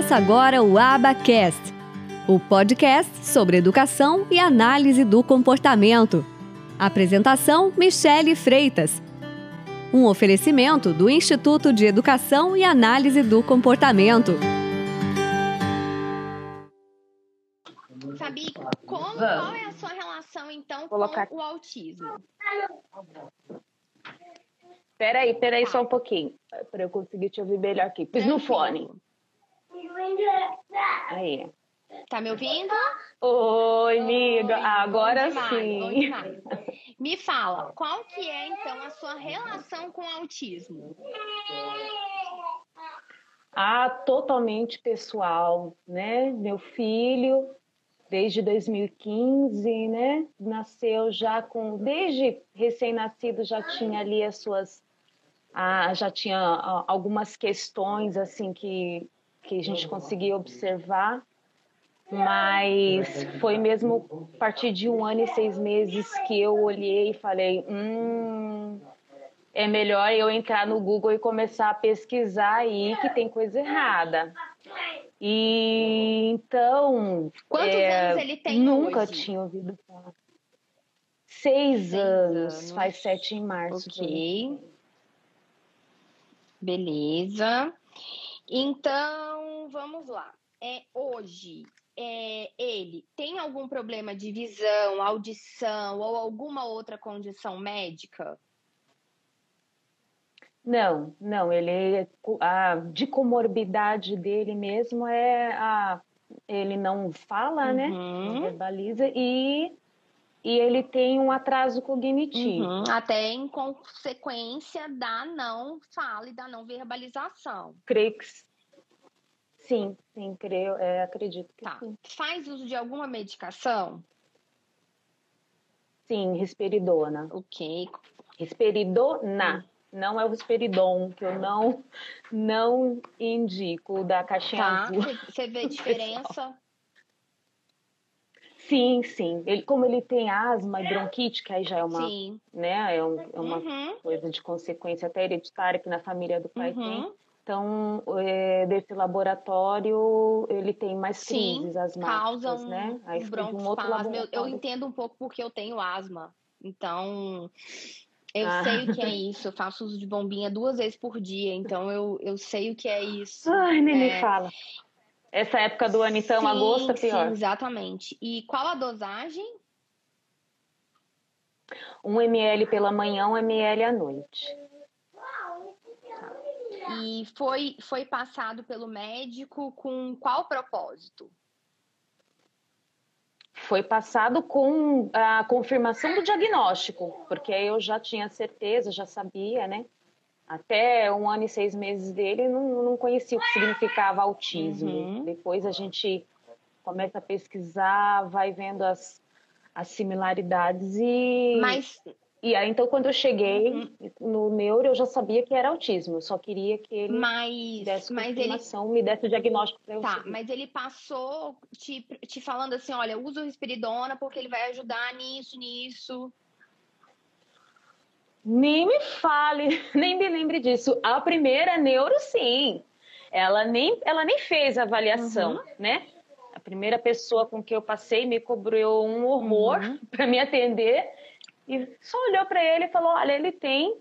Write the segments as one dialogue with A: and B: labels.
A: Começa agora o AbaCast, o podcast sobre educação e análise do comportamento. Apresentação: Michele Freitas. Um oferecimento do Instituto de Educação e Análise do Comportamento.
B: Fabi, qual é a sua relação, então, com o autismo?
C: Peraí, só um pouquinho, para eu conseguir te ouvir melhor aqui. Pus no fone. Aí.
B: Tá me ouvindo?
C: Oi, amiga. Agora
B: bom
C: sim.
B: demais. Me fala, qual que é, então, a sua relação com o autismo?
C: Totalmente pessoal, né? Meu filho, desde 2015, né? Nasceu já desde recém-nascido já tinha ali já tinha algumas questões assim que a gente conseguia observar, mas foi mesmo a partir de 1 ano e 6 meses que eu olhei e falei, é melhor eu entrar no Google e começar a pesquisar aí que tem coisa errada. E então...
B: Quantos anos ele tem
C: nunca
B: hoje?
C: tinha ouvido falar. 6 anos, faz 7 em março.
B: Ok. Beleza. Então, vamos lá. Hoje, ele tem algum problema de visão, audição ou alguma outra condição médica?
C: Não, ele de comorbidade dele mesmo ele não fala, né? Não verbaliza e ele tem um atraso cognitivo.
B: Até em consequência da não fala e da não verbalização.
C: Creio que sim, creio, acredito que sim.
B: Faz uso de alguma medicação?
C: Sim, risperidona.
B: Ok.
C: Risperidona. Não é o risperidon, que eu não indico, o da caixinha azul.
B: Você vê diferença?
C: Sim. Como ele tem asma e bronquite, que aí já é uma, né, é uma coisa de consequência até hereditária que na família do pai tem. Então, desse laboratório, ele tem mais crises asmáticas, né? Aí foi de um outro laboratório.
B: Eu entendo um pouco porque eu tenho asma. Então, eu sei o que é isso. Eu faço uso de bombinha 2 vezes por dia. Então, eu sei o que é isso.
C: Ai, nem me fala. Essa época do ano, então, agosto é pior.
B: Sim, exatamente. E qual a dosagem?
C: 1 ml pela manhã, 1 ml à noite.
B: E foi passado pelo médico com qual propósito?
C: Foi passado com a confirmação do diagnóstico, porque eu já tinha certeza, já sabia, né? Até 1 ano e 6 meses dele, não conhecia o que significava autismo. Depois a gente começa a pesquisar, vai vendo as similaridades e aí, então, quando eu cheguei no neuro, eu já sabia que era autismo. Eu só queria que ele desse confirmação, me desse o diagnóstico para eu seguir.
B: Mas ele passou te falando assim, olha, usa o risperidona porque ele vai ajudar nisso.
C: Nem me fale, nem me lembre disso. A primeira neuro, sim. Ela nem fez a avaliação, né? A primeira pessoa com que eu passei me cobrou um horror para me atender e só olhou para ele e falou, olha, ele tem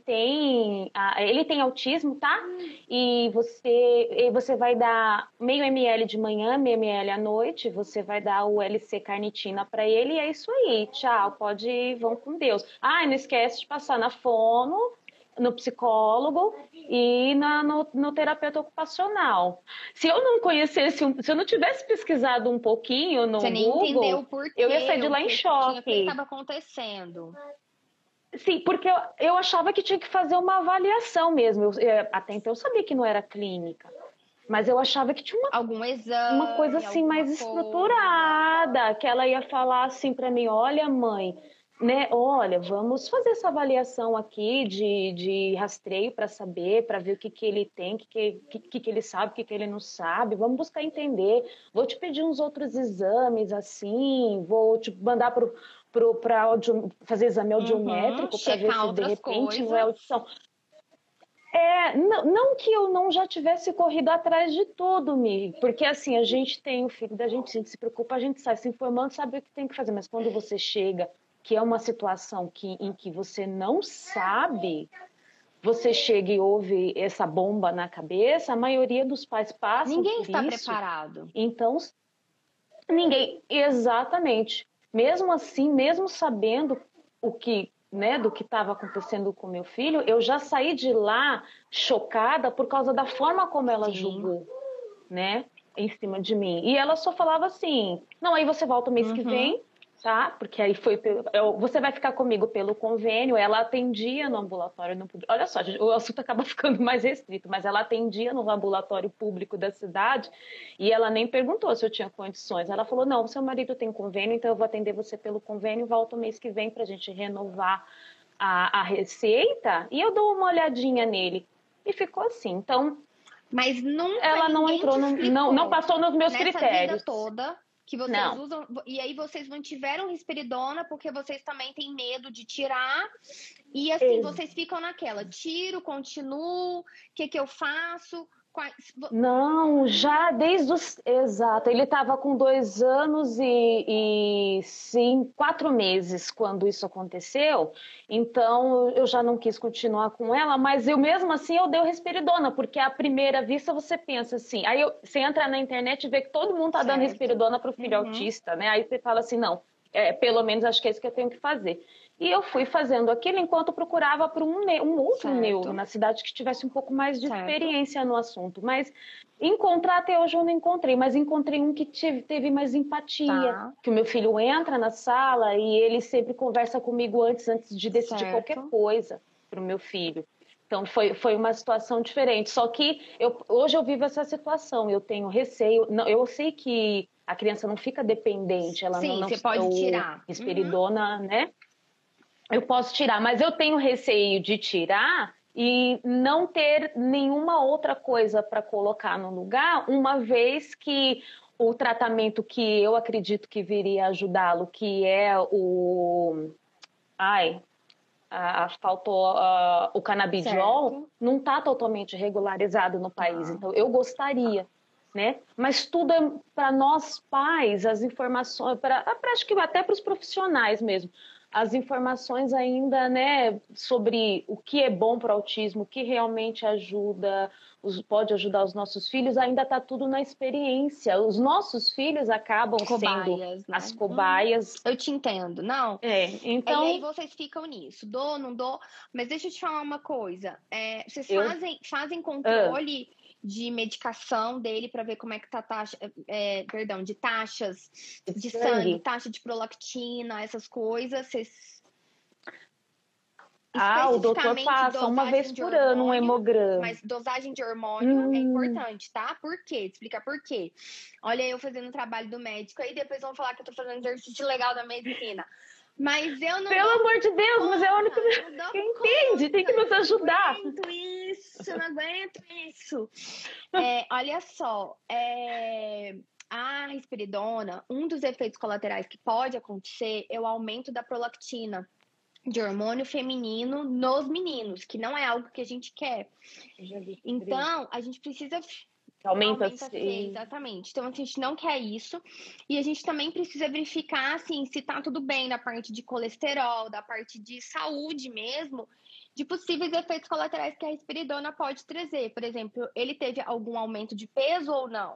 C: autismo, tá? E você vai dar meio ml de manhã, meio ml à noite, você vai dar o LC-carnitina para ele e é isso aí, tchau, pode ir, vão com Deus. Não esquece de passar na fono, no psicólogo e no terapeuta ocupacional. Se eu não conhecesse, se eu não tivesse pesquisado um pouquinho no Google, eu ia sair de lá em choque.
B: O que estava acontecendo?
C: Sim, porque eu achava que tinha que fazer uma avaliação mesmo. Até então eu sabia que não era clínica. Mas eu achava que tinha
B: algum exame,
C: uma coisa assim mais estruturada, que ela ia falar assim para mim, olha, mãe, né? Olha, vamos fazer essa avaliação aqui de rastreio para saber, para ver o que ele tem, o que ele sabe, o que ele não sabe. Vamos buscar entender. Vou te pedir uns outros exames assim, vou te mandar para fazer exame audiométrico para ver se de repente não é audição. Não que eu não já tivesse corrido atrás de tudo, Mi, porque assim, a gente tem o filho da gente, a gente se preocupa, a gente sai se informando, sabe o que tem que fazer, mas quando você chega, que é uma situação em que você não sabe, você chega e ouve essa bomba na cabeça, a maioria dos pais passam
B: Ninguém
C: por
B: está
C: isso.
B: preparado.
C: Então, ninguém, exatamente. Mesmo assim, mesmo sabendo o que, né, do que estava acontecendo com meu filho, eu já saí de lá chocada por causa da forma como ela julgou, né, em cima de mim. E ela só falava assim: não, aí você volta o mês que vem, tá? Porque aí você vai ficar comigo pelo convênio. Ela atendia no ambulatório, não podia. Olha só, o assunto acaba ficando mais restrito, mas ela atendia no ambulatório público da cidade e ela nem perguntou se eu tinha condições. Ela falou: não, seu marido tem convênio, então eu vou atender você pelo convênio, volta o mês que vem pra gente renovar a receita e eu dou uma olhadinha nele. E ficou assim. Então,
B: mas nunca
C: ela não entrou, não passou nos meus critérios.
B: Vida toda que vocês usam, e aí vocês não tiveram risperidona porque vocês também têm medo de tirar, e assim, vocês ficam naquela, tiro, continuo, o que eu faço?
C: Não, já desde os... Exato, ele estava com 2 anos e 4 meses quando isso aconteceu, então eu já não quis continuar com ela, mas eu mesmo assim eu dei o risperidona, porque à primeira vista você pensa assim, aí você entra na internet e vê que todo mundo tá dando risperidona para o filho autista, né? Aí você fala assim, não, pelo menos acho que é isso que eu tenho que fazer. E eu fui fazendo aquilo enquanto procurava por um outro neuro na cidade que tivesse um pouco mais de experiência no assunto. Mas encontrar até hoje eu não encontrei, mas encontrei um que teve mais empatia. Que o meu filho entra na sala e ele sempre conversa comigo antes de decidir qualquer coisa para o meu filho. Então foi uma situação diferente. Só que hoje eu vivo essa situação, eu tenho receio. Não, eu sei que a criança não fica dependente, ela não
B: você pode tirar.
C: Risperidona, né? Eu posso tirar, mas eu tenho receio de tirar e não ter nenhuma outra coisa para colocar no lugar, uma vez que o tratamento que eu acredito que viria ajudá-lo, que é faltou o canabidiol, não está totalmente regularizado no país. Então, eu gostaria, né? Mas tudo é para nós pais, as informações, acho que até para os profissionais mesmo. As informações ainda, né, sobre o que é bom para o autismo, o que realmente pode ajudar os nossos filhos, ainda está tudo na experiência. Os nossos filhos acabam sendo as cobaias.
B: Eu te entendo, não?
C: Então...
B: E aí vocês ficam nisso, dou, não dou. Mas deixa eu te falar uma coisa. Vocês fazem controle de medicação dele para ver como é que tá a taxa, de taxas de sangue, taxa de prolactina, essas coisas.
C: O doutor passa uma vez por ano um hemograma.
B: Mas dosagem de hormônio é importante, tá? Por quê? Explica por quê. Olha eu fazendo o trabalho do médico, aí depois vão falar que eu tô fazendo exercício legal da medicina. Mas eu não...
C: Pelo amor de Deus, mas é a única que entende, tem que nos ajudar.
B: Eu não aguento isso. Olha só, a risperidona, um dos efeitos colaterais que pode acontecer é o aumento da prolactina, de hormônio feminino nos meninos, que não é algo que a gente quer. Então, a gente precisa... Aumenta exatamente. Então, a gente não quer isso. E a gente também precisa verificar, assim, se tá tudo bem da parte de colesterol, da parte de saúde mesmo, de possíveis efeitos colaterais que a risperidona pode trazer. Por exemplo, ele teve algum aumento de peso ou não?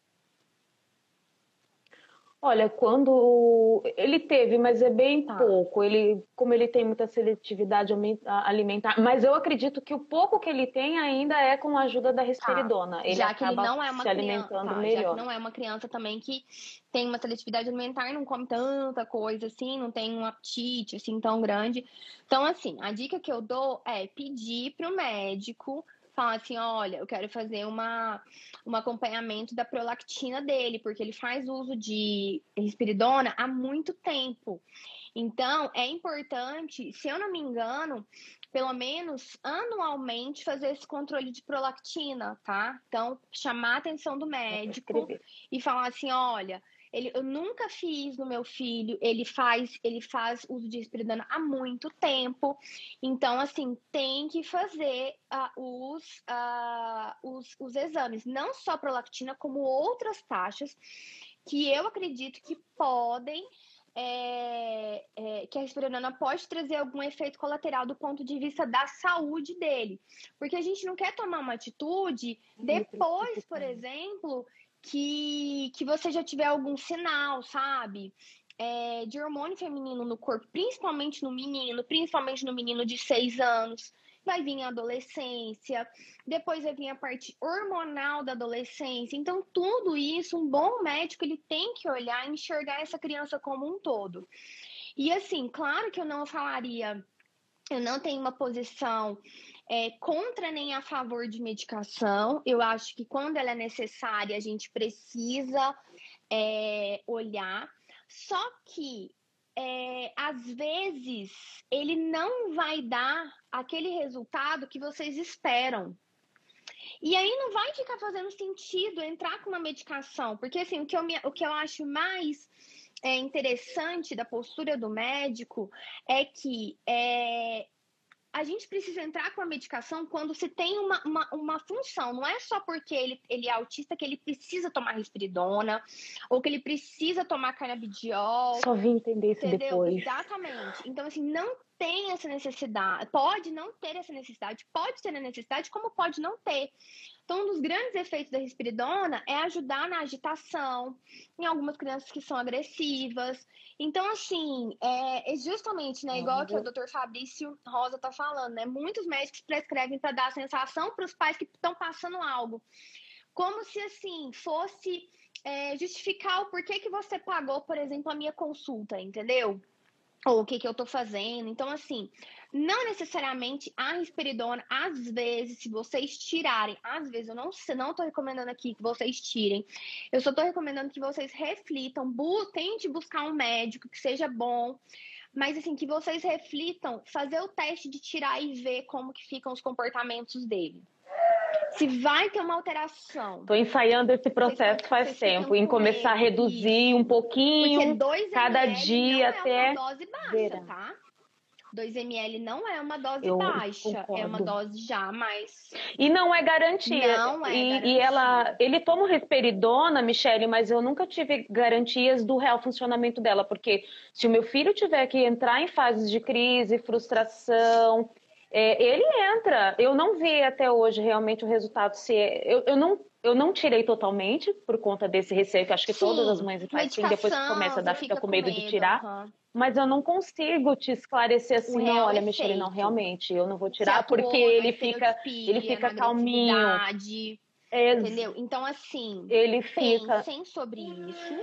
C: Olha, quando ele teve, mas é bem pouco. Como ele tem muita seletividade alimentar, mas eu acredito que o pouco que ele tem ainda é com a ajuda da risperidona. Ele
B: já que ele não é uma
C: se alimentando melhor.
B: Já que não é uma criança também que tem uma seletividade alimentar, não come tanta coisa assim, não tem um apetite assim tão grande. Então, assim, a dica que eu dou é pedir para o médico falar assim, olha, eu quero fazer um acompanhamento da prolactina dele, porque ele faz uso de risperidona há muito tempo. Então, é importante, se eu não me engano, pelo menos anualmente fazer esse controle de prolactina, tá? Então, chamar a atenção do médico e falar assim, olha, Eu nunca fiz no meu filho, ele faz uso de risperidona há muito tempo. Então, assim, tem que fazer os exames, não só prolactina, como outras taxas que eu acredito que podem, que a risperidona pode trazer algum efeito colateral do ponto de vista da saúde dele. Porque a gente não quer tomar uma atitude depois, por exemplo, que você já tiver algum sinal, sabe? De hormônio feminino no corpo, principalmente no menino de 6 anos. Vai vir a adolescência, depois vai vir a parte hormonal da adolescência. Então, tudo isso, um bom médico, ele tem que olhar e enxergar essa criança como um todo. E assim, claro que eu não tenho uma posição contra nem a favor de medicação. Eu acho que quando ela é necessária, a gente precisa olhar. Só que, às vezes, ele não vai dar aquele resultado que vocês esperam. E aí não vai ficar fazendo sentido entrar com uma medicação. Porque, assim, o que eu acho mais interessante da postura do médico é que a gente precisa entrar com a medicação quando se tem uma função. Não é só porque ele é autista que ele precisa tomar risperidona ou que ele precisa tomar canabidiol.
C: Só vim entender isso
B: entendeu?
C: depois.
B: Exatamente. Então, assim, não tem essa necessidade. Pode não ter essa necessidade. Pode ter a necessidade, como pode não ter. Então, um dos grandes efeitos da risperidona é ajudar na agitação, em algumas crianças que são agressivas. Então, assim, justamente, né, igual que o Dr. Fabrício Rosa tá falando, né? Muitos médicos prescrevem para dar a sensação para os pais que estão passando algo. Como se, assim, fosse justificar o porquê que você pagou, por exemplo, a minha consulta, entendeu? Ou o que eu tô fazendo. Então, assim, não necessariamente a risperidona, às vezes, se vocês tirarem, às vezes, eu não tô recomendando aqui que vocês tirem, eu só tô recomendando que vocês reflitam, tente buscar um médico que seja bom, mas, assim, que vocês reflitam, fazer o teste de tirar e ver como que ficam os comportamentos dele. Se vai ter uma alteração.
C: Estou ensaiando esse processo faz tempo, em começar a reduzir um pouquinho, cada dia até...
B: Não é uma dose baixa, tá? 2 ml não é uma dose baixa,
C: concordo.
B: É uma dose já mais...
C: E não é garantia.
B: Não é
C: e
B: garantia.
C: Ele toma risperidona, Michele, mas eu nunca tive garantias do real funcionamento dela, porque se o meu filho tiver que entrar em fases de crise, frustração... ele entra. Eu não vi até hoje realmente o resultado. Eu não tirei totalmente por conta desse receio, que acho que todas as mães e pais têm, depois que começa a dar, fica com medo de tirar. Mas eu não consigo te esclarecer assim, não, olha, Michele, não, realmente, eu não vou tirar, porque ele fica calminho.
B: Entendeu? Então, assim, pensem sobre isso.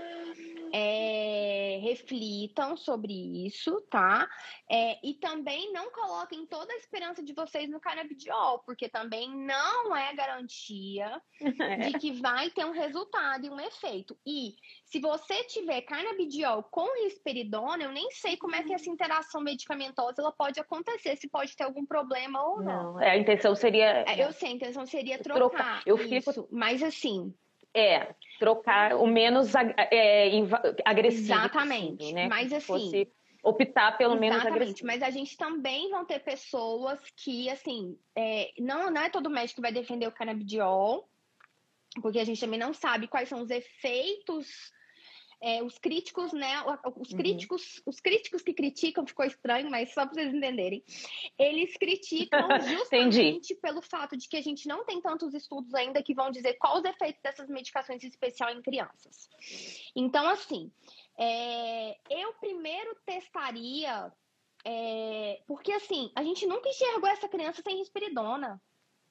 B: Reflitam sobre isso, tá? E também não coloquem toda a esperança de vocês no canabidiol, porque também não é garantia de que vai ter um resultado e um efeito. E se você tiver canabidiol com risperidona, eu nem sei como é que essa interação medicamentosa ela pode acontecer, se pode ter algum problema ou não.
C: A intenção seria...
B: eu sei, a intenção seria trocar isso, mas assim...
C: trocar o menos agressivo.
B: Exatamente.
C: Possível, né?
B: Mas assim...
C: fosse optar pelo menos agressivo.
B: Mas a gente também vão ter pessoas que, assim... não é todo médico que vai defender o canabidiol, porque a gente também não sabe quais são os efeitos... os críticos, né? Os críticos que criticam, ficou estranho, mas só para vocês entenderem. Eles criticam justamente pelo fato de que a gente não tem tantos estudos ainda que vão dizer quais os efeitos dessas medicações, em especial em crianças. Então, assim, eu primeiro testaria, porque assim, a gente nunca enxergou essa criança sem risperidona.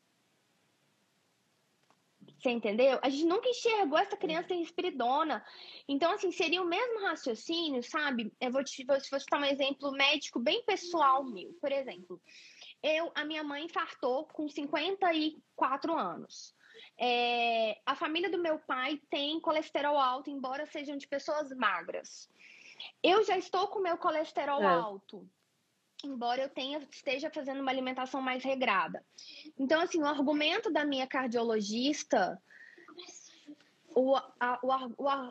B: Você entendeu? A gente nunca enxergou essa criança em risperidona. Então, assim, seria o mesmo raciocínio, sabe? Eu vou te dar um exemplo médico bem pessoal meu. Por exemplo, a minha mãe infartou com 54 anos. A família do meu pai tem colesterol alto, embora sejam de pessoas magras. Eu já estou com meu colesterol alto, embora eu esteja fazendo uma alimentação mais regrada. Então, assim, o argumento da minha cardiologista,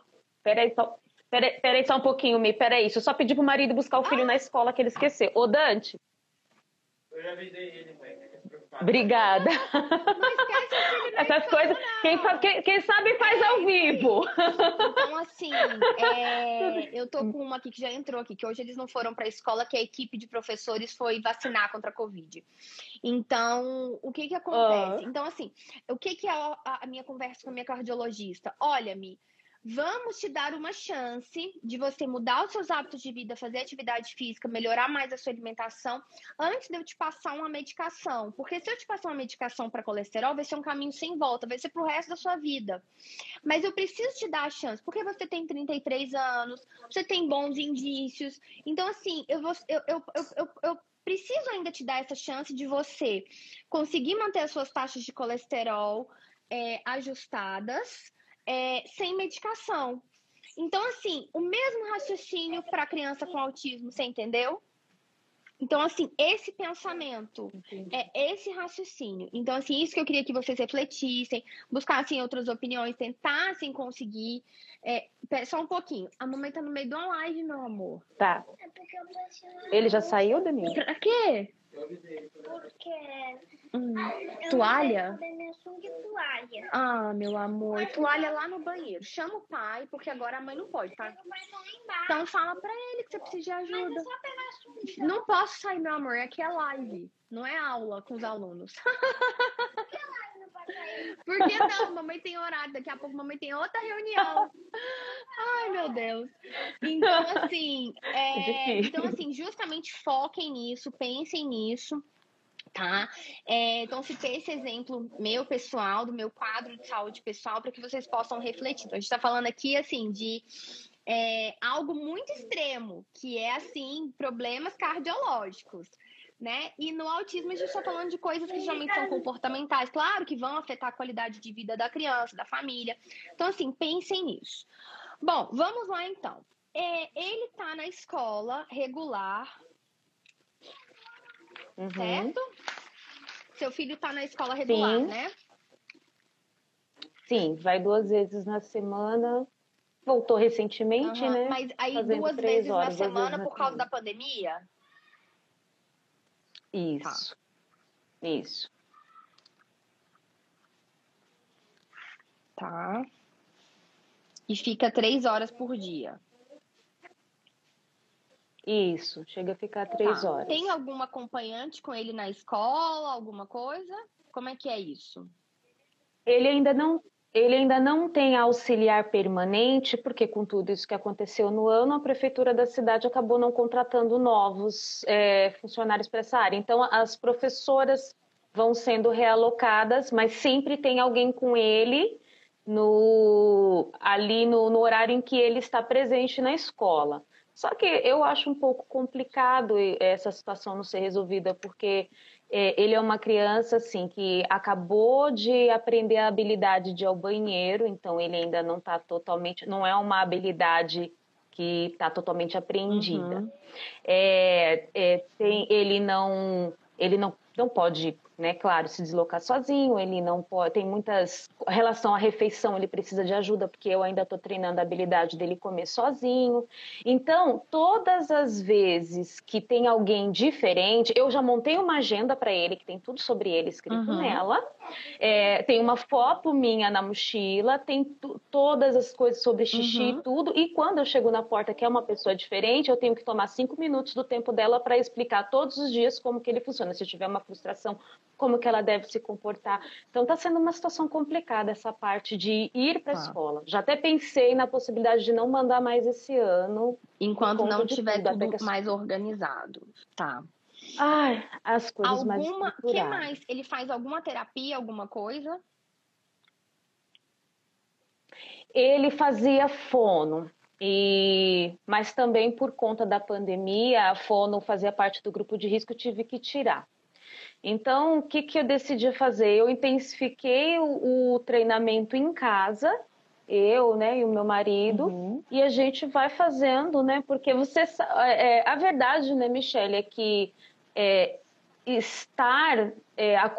C: Peraí só um pouquinho, Mi, peraí. Deixa eu só pedir pro marido buscar o filho na escola que ele esqueceu. Ô, Dante.
D: Eu já avisei ele, mãe.
C: Obrigada.
B: Não esquece o filho na
C: Essas
B: escola,
C: coisas, quem sabe faz ao vivo.
B: Então, assim, eu tô com uma aqui que já entrou aqui, que hoje eles não foram para a escola, que a equipe de professores foi vacinar contra a Covid. Então, o que acontece? Então, assim, o que é a minha conversa com a minha cardiologista? Olha, Mi, vamos te dar uma chance de você mudar os seus hábitos de vida, fazer atividade física, melhorar mais a sua alimentação, antes de eu te passar uma medicação. Porque se eu te passar uma medicação para colesterol, vai ser um caminho sem volta, vai ser pro resto da sua vida. Mas eu preciso te dar a chance, porque você tem 33 anos, você tem bons indícios. Então, assim, eu preciso ainda te dar essa chance de você conseguir manter as suas taxas de colesterol ajustadas, sem medicação. Então, assim, o mesmo raciocínio para criança com autismo, você entendeu? Então, assim, esse pensamento, esse raciocínio. Então, assim, isso que eu queria que vocês refletissem, buscassem outras opiniões, tentassem conseguir. Só um pouquinho. A mamãe tá no meio de uma live, meu amor.
C: Tá. Ele já saiu, Danilo?
B: Pra quê?
E: Porque
B: Toalha?
E: de toalha.
B: Ah, meu amor, toalha lá no banheiro. Chama o pai, porque agora a mãe não pode, tá? Então fala pra ele que você precisa de ajuda. Não posso sair, meu amor, aqui é live. Não é aula com os alunos. Por que não? Mamãe tem horário, daqui a pouco mamãe tem outra reunião. Ai, meu Deus. Então, assim, justamente foquem nisso, pensem nisso. Tá? Então, citei esse exemplo meu pessoal, do meu quadro de saúde pessoal, para que vocês possam refletir. Então, a gente está falando aqui, assim, de algo muito extremo, que é, assim, problemas cardiológicos, né? E no autismo, a gente está falando de coisas que geralmente são comportamentais, claro, que vão afetar a qualidade de vida da criança, da família. Então, assim, pensem nisso. Bom, vamos lá, então. Ele está na escola regular, certo? Seu filho está na escola regular, né?
C: Sim, vai 2 vezes na semana. Voltou recentemente, né?
B: Mas aí
C: fazendo
B: 2 vezes na
C: 3 horas,
B: semana por causa da pandemia?
C: Isso. Tá. Isso.
B: Tá. E fica 3 horas por dia.
C: Isso, chega a ficar 3 horas.
B: Tem algum acompanhante com ele na escola, alguma coisa? Como é que é isso?
C: Ele ainda não tem auxiliar permanente, porque com tudo isso que aconteceu no ano, a prefeitura da cidade acabou não contratando novos funcionários para essa área. Então, as professoras vão sendo realocadas, mas sempre tem alguém com ele ali no horário em que ele está presente na escola. Só que eu acho um pouco complicado essa situação não ser resolvida, porque ele é uma criança assim, que acabou de aprender a habilidade de ir ao banheiro, então ele ainda não está totalmente, não é uma habilidade que está totalmente apreendida. Ele não pode, né, claro, se deslocar sozinho, ele não pode, tem muitas, em relação à refeição, ele precisa de ajuda, porque eu ainda estou treinando a habilidade dele comer sozinho. Então, todas as vezes que tem alguém diferente, eu já montei uma agenda para ele, que tem tudo sobre ele escrito nela, tem uma foto minha na mochila, tem todas as coisas sobre xixi e tudo, e quando eu chego na porta, que é uma pessoa diferente, eu tenho que tomar 5 minutos do tempo dela para explicar todos os dias como que ele funciona, se eu tiver uma frustração, como que ela deve se comportar. Então está sendo uma situação complicada essa parte de ir para a escola. Já até pensei na possibilidade de não mandar mais esse ano.
B: Enquanto não tiver tudo mais organizado. Tá.
C: Ai, as coisas mais
B: estruturadas. O que mais? Ele faz alguma terapia, alguma coisa?
C: Ele fazia fono. Mas também por conta da pandemia, a fono fazia parte do grupo de risco, tive que tirar. Então, o que eu decidi fazer? Eu intensifiquei o treinamento em casa, eu, né, e o meu marido, e a gente vai fazendo, né, porque a verdade, né, Michele, é que estar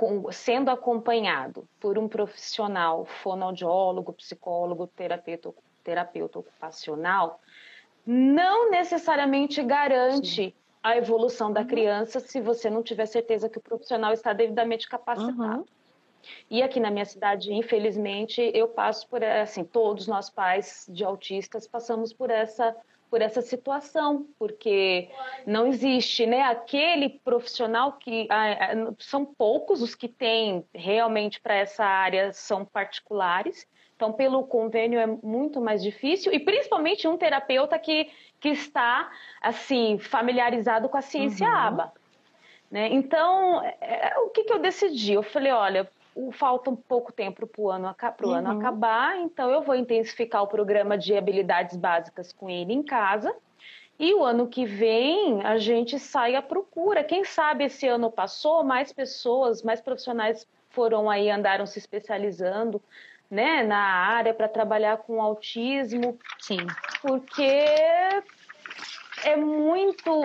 C: sendo acompanhado por um profissional, fonoaudiólogo, psicólogo, terapeuta terapeuta ocupacional, não necessariamente garante a evolução da criança se você não tiver certeza que o profissional está devidamente capacitado. E aqui na minha cidade, infelizmente, eu passo por, assim, todos nós pais de autistas passamos por essa situação, porque não existe, né, aquele profissional que são poucos os que têm realmente para essa área, são particulares. Então, pelo convênio é muito mais difícil, e principalmente um terapeuta que está, assim, familiarizado com a ciência ABA. Né? Então, o que eu decidi? Eu falei, olha, falta um pouco tempo para o ano acabar, então eu vou intensificar o programa de habilidades básicas com ele em casa, e o ano que vem a gente sai à procura. Quem sabe esse ano passou, mais pessoas, mais profissionais andaram se especializando, né, na área para trabalhar com autismo.
B: Sim.
C: Porque é muito,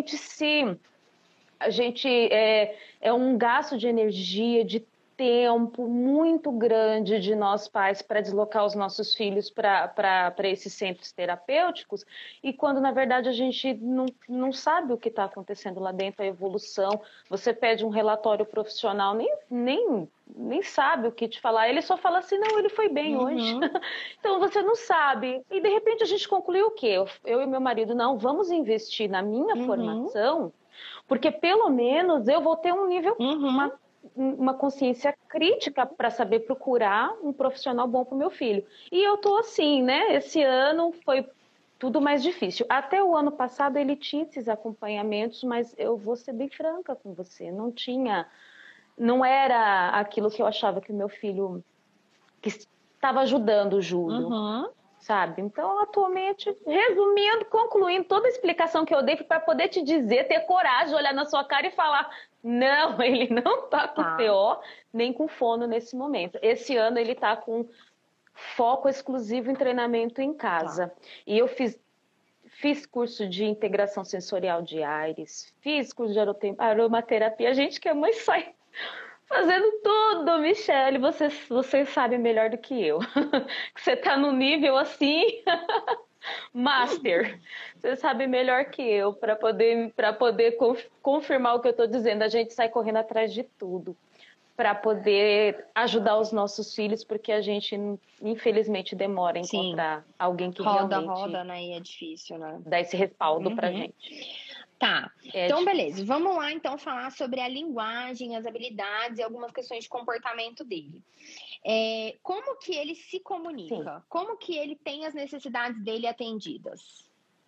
C: é um gasto de energia, de tempo muito grande de nós pais para deslocar os nossos filhos para esses centros terapêuticos, e quando na verdade a gente não sabe o que está acontecendo lá dentro, a evolução. Você pede um relatório profissional, nem sabe o que te falar, ele só fala assim, não, ele foi bem hoje. Então você não sabe, e de repente a gente concluiu o quê? Eu e meu marido, não, vamos investir na minha formação, porque pelo menos eu vou ter um nível, uma consciência crítica para saber procurar um profissional bom para o meu filho. E eu tô assim, né? Esse ano foi tudo mais difícil. Até o ano passado ele tinha esses acompanhamentos, mas eu vou ser bem franca com você, não era aquilo que eu achava que o meu filho que estava ajudando o Júlio. Sabe? Então, atualmente, resumindo, concluindo toda a explicação que eu dei para poder te dizer, ter coragem de olhar na sua cara e falar, não, ele não está com TO, nem com fono nesse momento. Esse ano ele está com foco exclusivo em treinamento em casa. E eu fiz curso de integração sensorial de Aires, fiz curso de aromaterapia. A gente que é mãe sai fazendo tudo, Michele, você sabe melhor do que eu. Você está no nível assim, master. Você sabe melhor que eu para poder confirmar o que eu estou dizendo. A gente sai correndo atrás de tudo para poder ajudar os nossos filhos, porque a gente, infelizmente, demora a encontrar alguém que realmente...
B: Roda, né? E é difícil, né?
C: Dá esse respaldo pra gente.
B: Tá, então beleza, vamos lá então falar sobre a linguagem, as habilidades e algumas questões de comportamento dele. Como que ele se comunica? Sim. Como que ele tem as necessidades dele atendidas?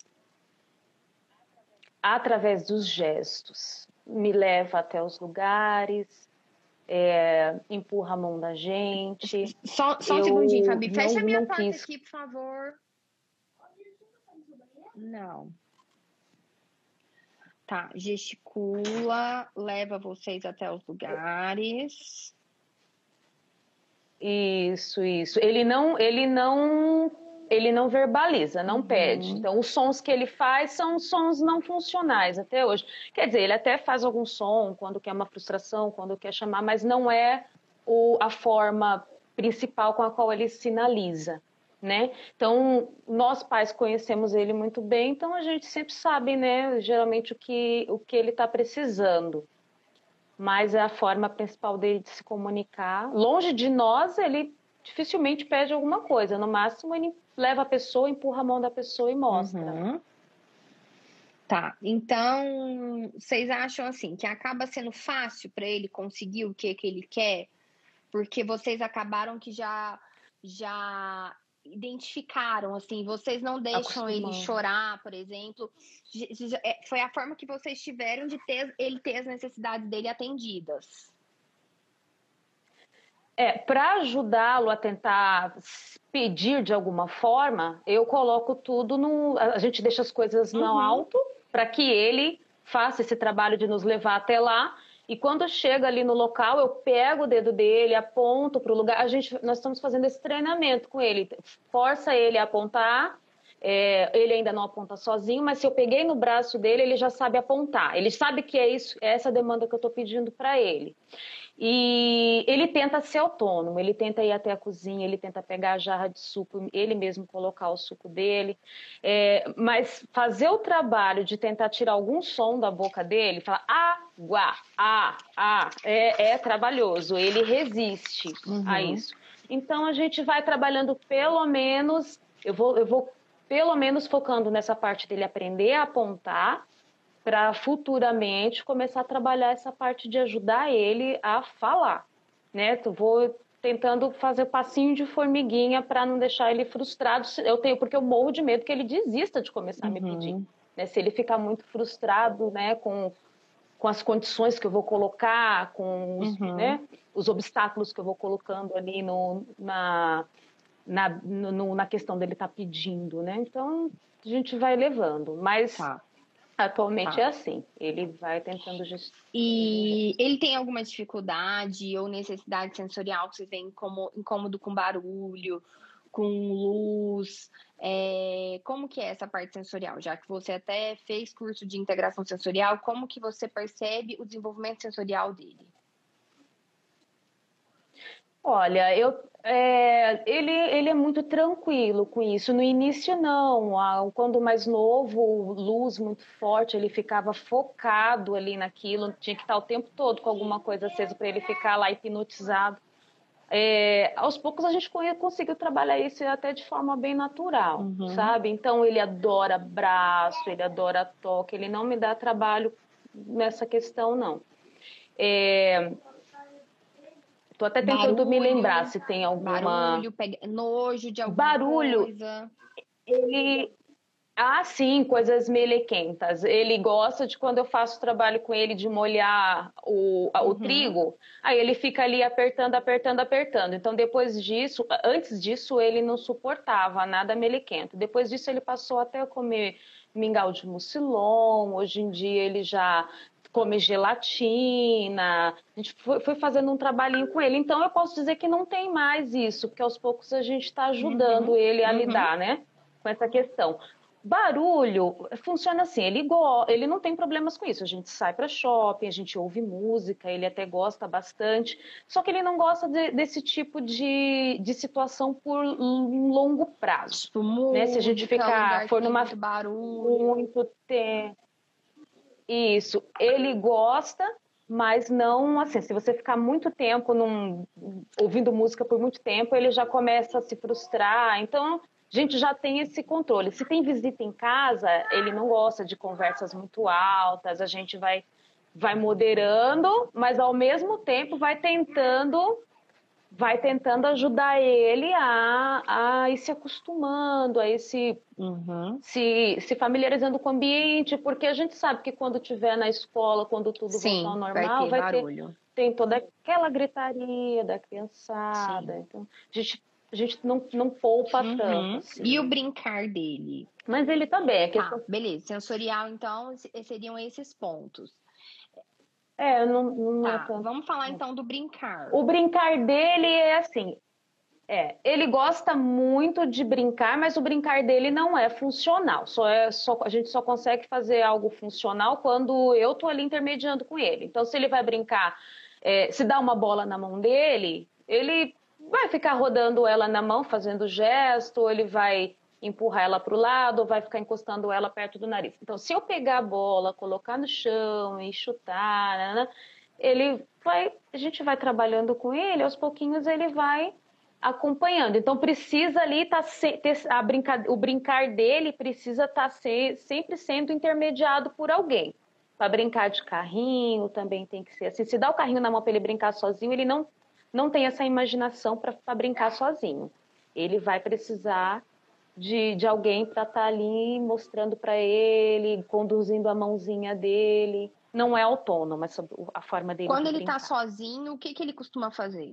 C: Através dos gestos. Me leva até os lugares, empurra a mão da gente.
B: Só um segundinho, Fabi, fecha a minha porta aqui, por favor. Não. Tá, gesticula, leva vocês até os lugares.
C: Isso. Ele não verbaliza, não pede. Então, os sons que ele faz são sons não funcionais até hoje. Quer dizer, ele até faz algum som quando quer uma frustração, quando quer chamar, mas não é a forma principal com a qual ele sinaliza. Né? Então, nós pais conhecemos ele muito bem, então a gente sempre sabe, né, geralmente o que ele está precisando. Mas é a forma principal dele de se comunicar. Longe de nós, ele dificilmente pede alguma coisa. No máximo, ele leva a pessoa, empurra a mão da pessoa e mostra.
B: Tá, então, vocês acham assim, que acaba sendo fácil para ele conseguir o que ele quer? Porque vocês acabaram que já identificaram, assim, vocês não deixam ele chorar, por exemplo. Foi a forma que vocês tiveram de ele ter as necessidades dele atendidas.
C: Para ajudá-lo a tentar pedir de alguma forma, eu coloco tudo a gente deixa as coisas no alto para que ele faça esse trabalho de nos levar até lá. E quando chega ali no local, eu pego o dedo dele, aponto para o lugar. Nós estamos fazendo esse treinamento com ele. Força ele a apontar. Ele ainda não aponta sozinho, mas se eu peguei no braço dele, ele já sabe apontar. Ele sabe que é essa demanda que eu estou pedindo para ele. E ele tenta ser autônomo, ele tenta ir até a cozinha, ele tenta pegar a jarra de suco, ele mesmo colocar o suco dele. Mas fazer o trabalho de tentar tirar algum som da boca dele, falar água, é trabalhoso, ele resiste a isso. Então a gente vai trabalhando pelo menos, eu vou pelo menos focando nessa parte dele aprender a apontar, para futuramente começar a trabalhar essa parte de ajudar ele a falar, né? Vou tentando fazer passinho de formiguinha para não deixar ele frustrado. Porque eu morro de medo que ele desista de começar a me pedir. Né? Se ele ficar muito frustrado, né, com as condições que eu vou colocar, com os, né, os obstáculos que eu vou colocando ali na questão dele estar pedindo, né? Então a gente vai levando, mas atualmente é assim, ele vai tentando justificar.
B: E ele tem alguma dificuldade ou necessidade sensorial que vocês veem como incômodo com barulho, com luz? Como que é essa parte sensorial? Já que você até fez curso de integração sensorial, como que você percebe o desenvolvimento sensorial dele?
C: Olha, ele é muito tranquilo com isso. No início, não. Quando mais novo, luz muito forte, ele ficava focado ali naquilo. Tinha que estar o tempo todo com alguma coisa acesa para ele ficar lá hipnotizado. Aos poucos a gente conseguiu trabalhar isso até de forma bem natural, sabe? Então ele adora abraço, ele adora toque. Ele não me dá trabalho nessa questão, não. Tô até tentando me lembrar se tem alguma...
B: Barulho, nojo de alguma coisa.
C: Sim, coisas melequentas. Ele gosta de quando eu faço trabalho com ele de molhar o trigo, aí ele fica ali apertando. Então, antes disso, ele não suportava nada melequento. Depois disso, ele passou até a comer mingau de mucilon. Hoje em dia, ele já come gelatina. A gente foi fazendo um trabalhinho com ele. Então, eu posso dizer que não tem mais isso, porque aos poucos a gente está ajudando ele a lidar, né, com essa questão. Barulho funciona assim, ele não tem problemas com isso. A gente sai para shopping, a gente ouve música, ele até gosta bastante. Só que ele não gosta desse tipo de situação por um longo prazo.
B: Tipo, música,
C: né? Se a gente for numa
B: muito barulho,
C: muito tempo. Isso, ele gosta, mas não assim. Se você ficar muito tempo ouvindo música por muito tempo, ele já começa a se frustrar. Então a gente já tem esse controle. Se tem visita em casa, ele não gosta de conversas muito altas, a gente vai moderando, mas ao mesmo tempo vai tentando ajudar ele a ir se acostumando, a ir se familiarizando com o ambiente, porque a gente sabe que quando estiver na escola, quando tudo voltar ao normal, tem toda aquela gritaria da criançada.
B: Sim.
C: Então, a gente não poupa tanto. Assim.
B: E o brincar dele?
C: Mas ele tá bem.
B: Beleza. Sensorial, então, seriam esses pontos.
C: Não é tanto.
B: Vamos falar, então, do brincar.
C: O brincar dele é assim... ele gosta muito de brincar, mas o brincar dele não é funcional. A gente só consegue fazer algo funcional quando eu tô ali intermediando com ele. Então, se ele vai brincar, se dá uma bola na mão dele, ele vai ficar rodando ela na mão, fazendo gesto, ou ele vai empurrar ela para o lado, ou vai ficar encostando ela perto do nariz. Então, se eu pegar a bola, colocar no chão e chutar, a gente vai trabalhando com ele, aos pouquinhos ele vai acompanhando. Então, precisa ali o brincar dele precisa estar sempre sendo intermediado por alguém. Para brincar de carrinho também tem que ser assim. Se dá o carrinho na mão para ele brincar sozinho, ele não tem essa imaginação para brincar sozinho. Ele vai precisar de alguém para estar ali mostrando para ele, conduzindo a mãozinha dele. Não é autônomo, mas a forma dele.
B: Quando ele está sozinho, o que ele costuma fazer?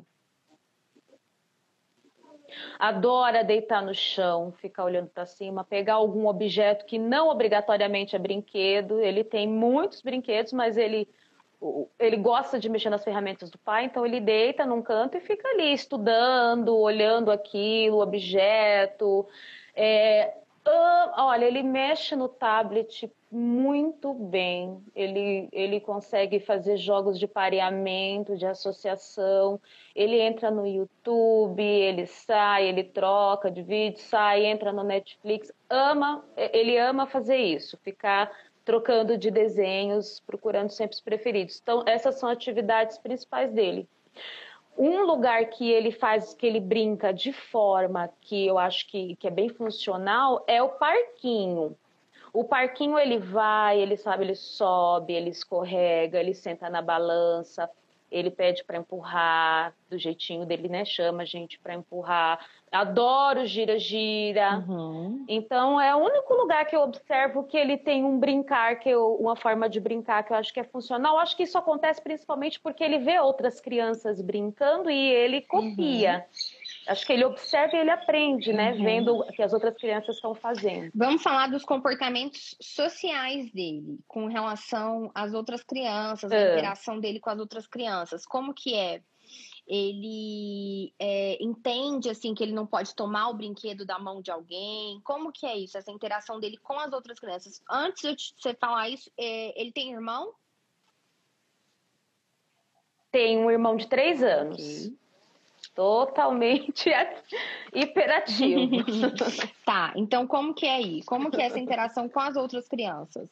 C: Adora deitar no chão, ficar olhando para cima, pegar algum objeto que não obrigatoriamente é brinquedo. Ele tem muitos brinquedos, mas ele gosta de mexer nas ferramentas do pai, então ele deita num canto e fica ali estudando, olhando aquilo, objeto. Olha, ele mexe no tablet muito bem. Ele consegue fazer jogos de pareamento, de associação. Ele entra no YouTube, ele sai, ele troca de vídeo, sai, entra no Netflix. Ele ama fazer isso, ficar trocando de desenhos, procurando sempre os preferidos. Então, essas são atividades principais dele. Um lugar que ele faz, que ele brinca de forma que eu acho que é bem funcional é o parquinho. O parquinho ele vai, ele sabe, ele sobe, ele escorrega, ele senta na balança, ele pede para empurrar, do jeitinho dele, né? Chama a gente para empurrar. Adoro gira-gira.
B: Uhum.
C: Então, é o único lugar que eu observo que ele tem um brincar, uma forma de brincar que eu acho que é funcional. Eu acho que isso acontece principalmente porque ele vê outras crianças brincando e ele copia. Acho que ele observa e ele aprende, né? Vendo o que as outras crianças estão fazendo.
B: Vamos falar dos comportamentos sociais dele, com relação às outras crianças, a interação dele com as outras crianças. Como que é? Ele entende, assim, que ele não pode tomar o brinquedo da mão de alguém? Como que é isso, essa interação dele com as outras crianças? Antes de você falar isso, ele tem irmão?
C: Tem um irmão de 3 anos.
B: Okay.
C: Totalmente hiperativo.
B: Tá, então como que é aí? Como que é essa interação com as outras crianças?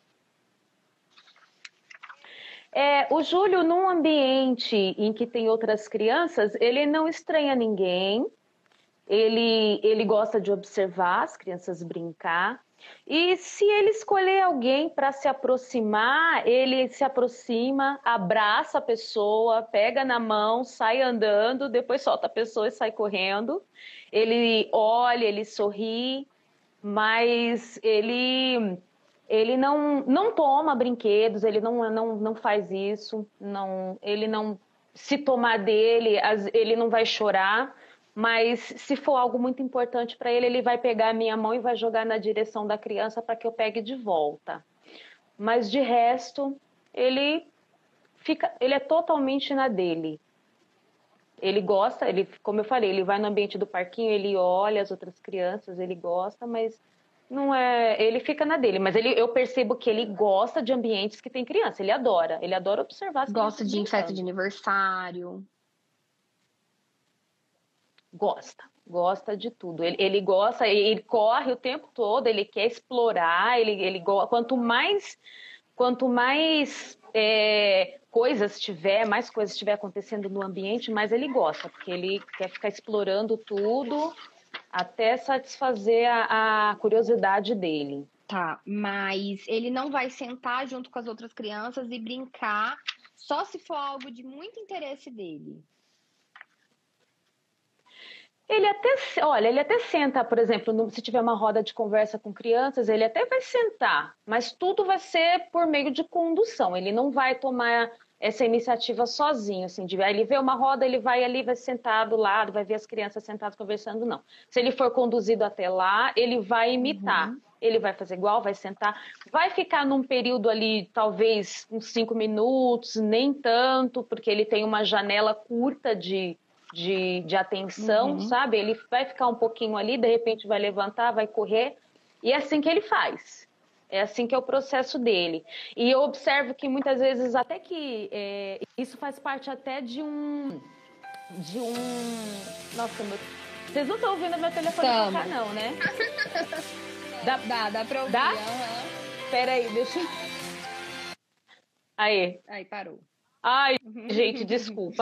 C: O Júlio, num ambiente em que tem outras crianças, ele não estranha ninguém, ele gosta de observar as crianças brincar, e se ele escolher alguém para se aproximar, ele se aproxima, abraça a pessoa, pega na mão, sai andando, depois solta a pessoa e sai correndo. Ele olha, ele sorri, mas ele não toma brinquedos, ele não faz isso, ele não, se tomar dele, ele não vai chorar, mas se for algo muito importante para ele, ele vai pegar a minha mão e vai jogar na direção da criança para que eu pegue de volta. Mas de resto, ele é totalmente na dele. Ele gosta, como eu falei, ele vai no ambiente do parquinho, ele olha as outras crianças, ele gosta, mas não é, ele fica na dele, mas eu percebo que ele gosta de ambientes que tem criança, ele adora observar as crianças.
B: Gosta de festa de aniversário.
C: Gosta de tudo. Ele gosta, ele corre o tempo todo, ele quer explorar, quanto mais mais coisas estiver acontecendo no ambiente, mais ele gosta, porque ele quer ficar explorando tudo até satisfazer a curiosidade dele.
B: Tá, mas ele não vai sentar junto com as outras crianças e brincar só se for algo de muito interesse dele.
C: Ele até senta, por exemplo, se tiver uma roda de conversa com crianças, ele até vai sentar, mas tudo vai ser por meio de condução. Ele não vai tomar essa iniciativa sozinho, assim, ele vê uma roda, ele vai ali, vai sentar do lado, vai ver as crianças sentadas conversando, não. Se ele for conduzido até lá, ele vai imitar. Ele vai fazer igual, vai sentar, vai ficar num período ali, talvez uns 5 minutos, nem tanto, porque ele tem uma janela curta de atenção, sabe? Ele vai ficar um pouquinho ali, de repente vai levantar, vai correr, e é assim que ele faz. É assim que é o processo dele. E eu observo que muitas vezes, até que isso faz parte até de um... Nossa, vocês não estão ouvindo meu telefone tocar, não, né?
B: Dá pra ouvir.
C: Dá? Peraí, deixa eu... Aí,
B: parou.
C: Ai, gente, desculpa.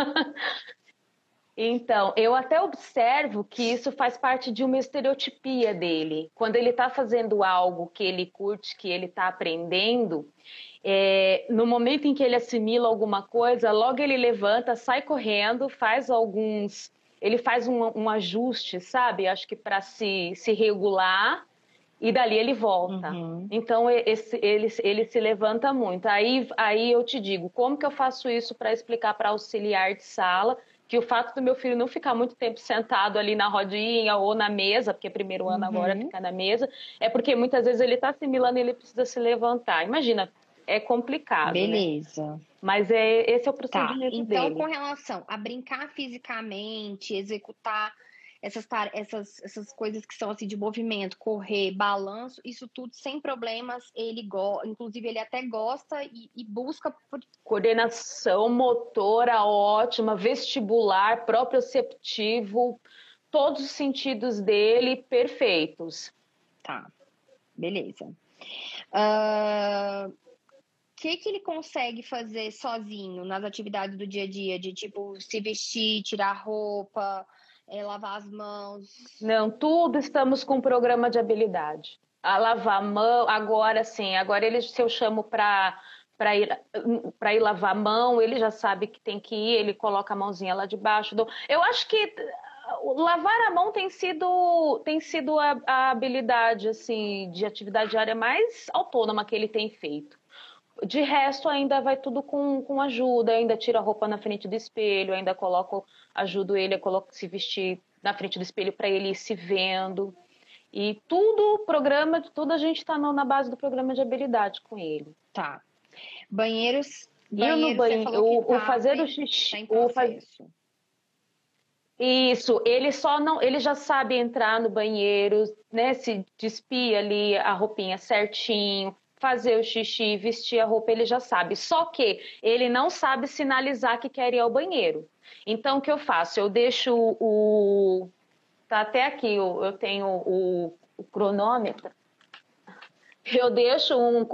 C: Então, eu até observo que isso faz parte de uma estereotipia dele. Quando ele está fazendo algo que ele curte, que ele está aprendendo, no momento em que ele assimila alguma coisa, logo ele levanta, sai correndo, ele faz um ajuste, sabe? Acho que para se regular, e dali ele volta. Então, ele se levanta muito. Aí eu te digo, como que eu faço isso para explicar para auxiliar de sala que o fato do meu filho não ficar muito tempo sentado ali na rodinha ou na mesa, porque primeiro ano agora fica na mesa, é porque muitas vezes ele está assimilando e ele precisa se levantar. Imagina, é complicado,
B: beleza.
C: Né? Mas esse é o procedimento
B: então,
C: dele.
B: Com relação a brincar fisicamente, executar essas coisas que são assim de movimento, correr, balanço, isso tudo sem problemas, inclusive ele até gosta e busca por...
C: Coordenação motora ótima, vestibular, proprioceptivo, todos os sentidos dele perfeitos.
B: Tá, beleza. Que ele consegue fazer sozinho nas atividades do dia a dia, de tipo se vestir, tirar roupa, lavar as mãos?
C: Não, tudo estamos com um programa de habilidade. A lavar a mão, agora sim, agora se eu chamo para ir lavar a mão, ele já sabe que tem que ir, ele coloca a mãozinha lá debaixo. Eu acho que lavar a mão tem sido a habilidade assim, de atividade diária mais autônoma que ele tem feito. De resto, ainda vai tudo com ajuda, ainda tira a roupa na frente do espelho, ainda ajudo ele a se vestir na frente do espelho para ele ir se vendo. E tudo a gente está na base do programa de habilidade com ele.
B: Tá. Banheiros,
C: você falou que fazer o xixi, Isso, ele já sabe entrar no banheiro, né, se despir ali a roupinha certinho, fazer o xixi, vestir a roupa, ele já sabe. Só que ele não sabe sinalizar que quer ir ao banheiro. Então, o que eu faço? Eu deixo tá até aqui, eu tenho o cronômetro. Eu deixo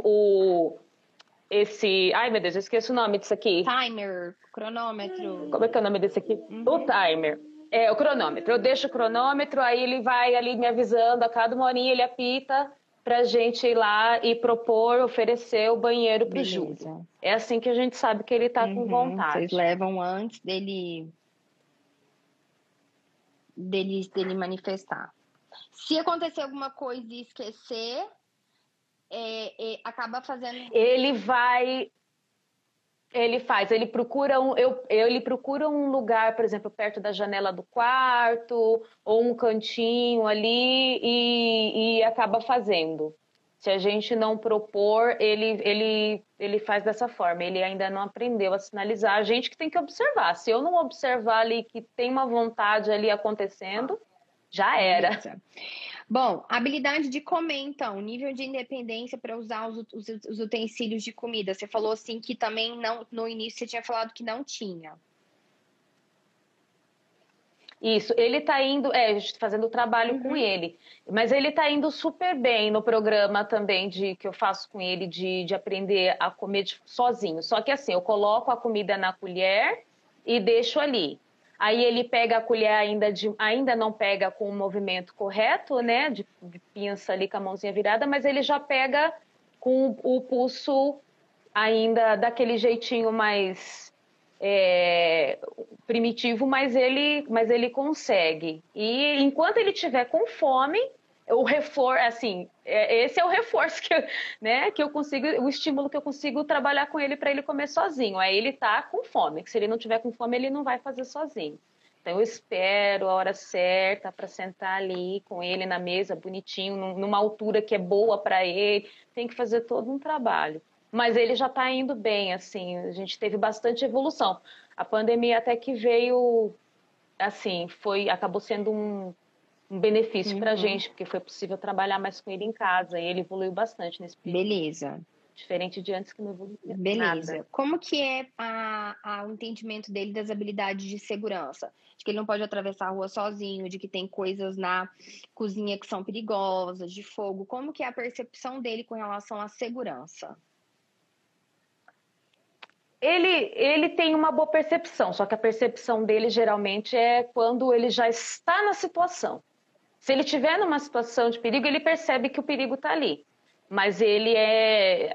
C: ai, meu Deus, eu esqueço o nome disso aqui.
B: Timer, cronômetro.
C: Como é que é o nome desse aqui? O timer. O cronômetro. Eu deixo o cronômetro, aí ele vai ali me avisando, a cada uma horinha ele apita pra gente ir lá e oferecer o banheiro pro Júlio. É assim que a gente sabe que ele tá com vontade.
B: Vocês levam antes dele manifestar. Se acontecer alguma coisa e esquecer, acaba fazendo... Ele procura um lugar, por exemplo, perto da janela do quarto, ou um cantinho ali, e acaba fazendo. Se a gente não propor, ele faz dessa forma. Ele ainda não aprendeu a sinalizar. A gente que tem que observar. Se eu não observar ali que tem uma vontade ali acontecendo, já era. Bom, habilidade de comer, então, nível de independência para usar os utensílios de comida. Você falou assim que também não, no início você tinha falado que não tinha.
C: Isso, ele está indo, fazendo trabalho com ele, mas ele está indo super bem no programa também que eu faço com ele de aprender a comer sozinho. Só que assim, eu coloco a comida na colher e deixo ali. Aí ele pega a colher ainda não pega com o movimento correto, né? De pinça ali com a mãozinha virada, mas ele já pega com o pulso ainda daquele jeitinho mais primitivo, mas ele consegue. E enquanto ele tiver com fome, o reforço, assim, esse é o reforço que eu consigo, o estímulo que eu consigo trabalhar com ele para ele comer sozinho. Aí ele tá com fome, que se ele não tiver com fome, ele não vai fazer sozinho. Então eu espero a hora certa para sentar ali com ele na mesa, bonitinho, numa altura que é boa para ele. Tem que fazer todo um trabalho. Mas ele já está indo bem, assim, a gente teve bastante evolução. A pandemia até que veio, assim, acabou sendo um benefício para a gente, porque foi possível trabalhar mais com ele em casa e ele evoluiu bastante nesse período.
B: Beleza.
C: Diferente de antes que não evoluía
B: Beleza.
C: nada.
B: Como que é o entendimento dele das habilidades de segurança? De que ele não pode atravessar a rua sozinho, de que tem coisas na cozinha que são perigosas, de fogo. Como que é a percepção dele com relação à segurança?
C: Ele tem uma boa percepção, só que a percepção dele geralmente é quando ele já está na situação. Se ele estiver numa situação de perigo, ele percebe que o perigo está ali. Mas ele é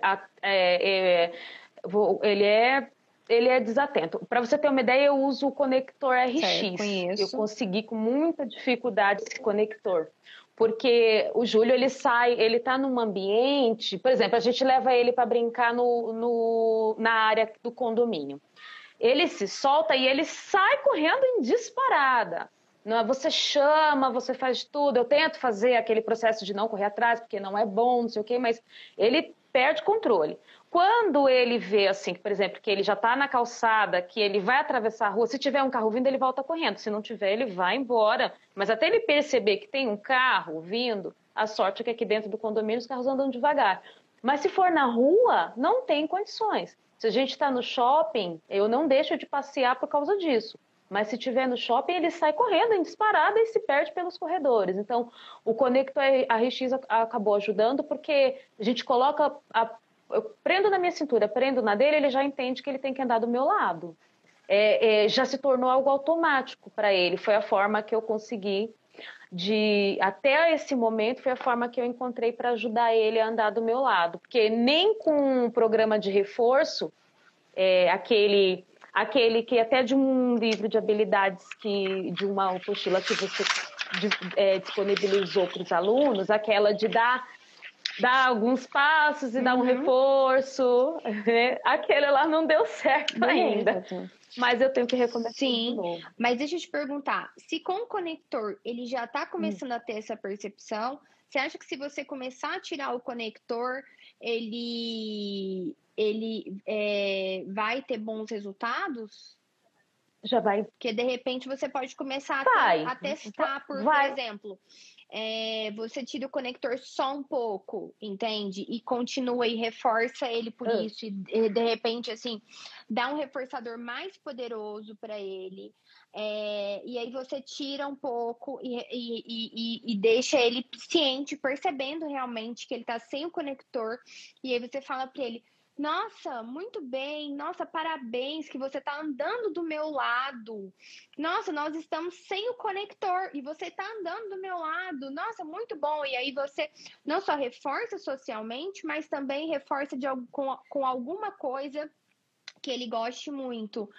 C: desatento. Para você ter uma ideia, eu uso o conector RX.
B: Conheço.
C: Eu consegui com muita dificuldade esse conector. Porque o Júlio, ele está num ambiente... Por exemplo, a gente leva ele para brincar na área do condomínio. Ele se solta e ele sai correndo em disparada. Não, você chama, você faz tudo. Eu tento fazer aquele processo de não correr atrás, porque não é bom, não sei o quê, mas ele perde controle. Quando ele vê, assim, por exemplo, que ele já está na calçada, que ele vai atravessar a rua, se tiver um carro vindo, ele volta correndo. Se não tiver, ele vai embora. Mas até ele perceber que tem um carro vindo, a sorte é que aqui dentro do condomínio os carros andam devagar. Mas se for na rua, não tem condições. Se a gente está no shopping, eu não deixo de passear por causa disso. Mas se estiver no shopping, ele sai correndo em disparada e se perde pelos corredores. Então, o Conector RX acabou ajudando porque a gente coloca... eu prendo na minha cintura, prendo na dele, ele já entende que ele tem que andar do meu lado. Já se tornou algo automático para ele. Foi a forma que eu consegui até esse momento, foi a forma que eu encontrei para ajudar ele a andar do meu lado. Porque nem com um programa de reforço, aquele que até de um livro de habilidades, de uma apostila que você disponibilizou para os alunos, aquela de dar alguns passos e dar um reforço, né? Aquele lá não deu certo ainda. Mas eu tenho que recomeçar de novo.
B: Mas deixa eu te perguntar, se com o conector ele já está começando a ter essa percepção, você acha que se você começar a tirar o conector, ele vai ter bons resultados?
C: Já vai.
B: Porque de repente você pode começar a testar, por exemplo... você tira o conector só um pouco, entende? E continua e reforça ele por isso. E de repente, assim, dá um reforçador mais poderoso para ele. E aí você tira um pouco e deixa ele ciente, percebendo realmente que ele tá sem o conector. E aí você fala para ele: nossa, muito bem, nossa, parabéns que você está andando do meu lado. Nossa, nós estamos sem o conector e você está andando do meu lado. Nossa, muito bom. E aí você não só reforça socialmente, mas também reforça com alguma coisa que ele goste muito.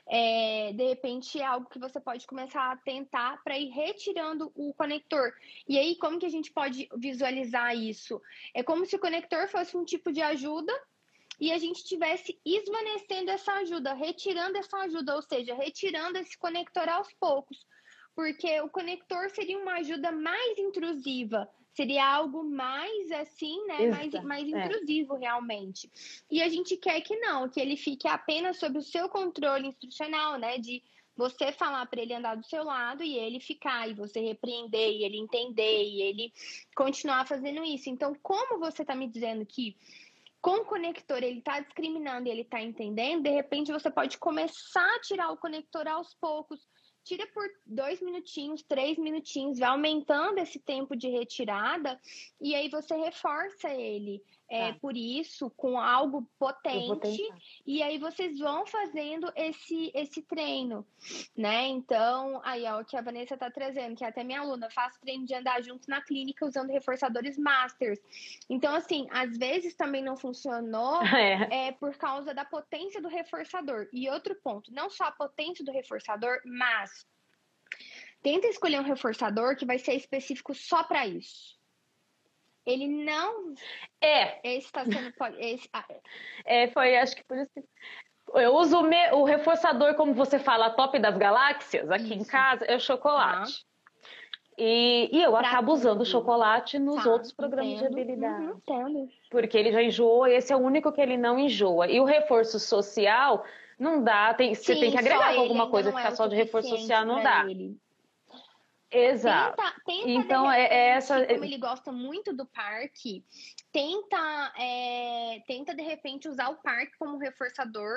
B: De repente é algo que você pode começar a tentar para ir retirando o conector. E aí, como que a gente pode visualizar isso? É como se o conector fosse um tipo de ajuda e a gente estivesse esvanecendo essa ajuda, retirando essa ajuda, ou seja, retirando esse conector aos poucos. Porque o conector seria uma ajuda mais intrusiva, seria algo mais assim, né? Mais intrusivo realmente. E a gente quer que não, que ele fique apenas sob o seu controle instrucional, né? De você falar para ele andar do seu lado e ele ficar, e você repreender, e ele entender, e ele continuar fazendo isso. Então, como você está me dizendo que com o conector ele está discriminando e ele está entendendo, de repente você pode começar a tirar o conector aos poucos. Tira por 2 minutinhos, 3 minutinhos, vai aumentando esse tempo de retirada e aí você reforça ele por isso, com algo potente, e aí vocês vão fazendo esse treino, né? Então, aí é o que a Vanessa tá trazendo, que até minha aluna faz treino de andar juntos na clínica usando reforçadores masters. Então, assim, às vezes também não funcionou por causa da potência do reforçador. E outro ponto, não só a potência do reforçador, mas tenta escolher um reforçador que vai ser específico só para isso. Ele não... Esse está sendo...
C: Foi, acho que por isso que... Eu uso o reforçador, como você fala, a top das galáxias, aqui em casa, é o chocolate. E eu acabo usando o chocolate nos outros programas de habilidade. Porque ele já enjoou, e esse é o único que ele não enjoa. E o reforço social, não dá, você tem que agregar alguma coisa, ficar só de reforço social não dá. Exato.
B: Tenta
C: então,
B: essa... Como ele gosta muito do parque, tenta de repente usar o parque como reforçador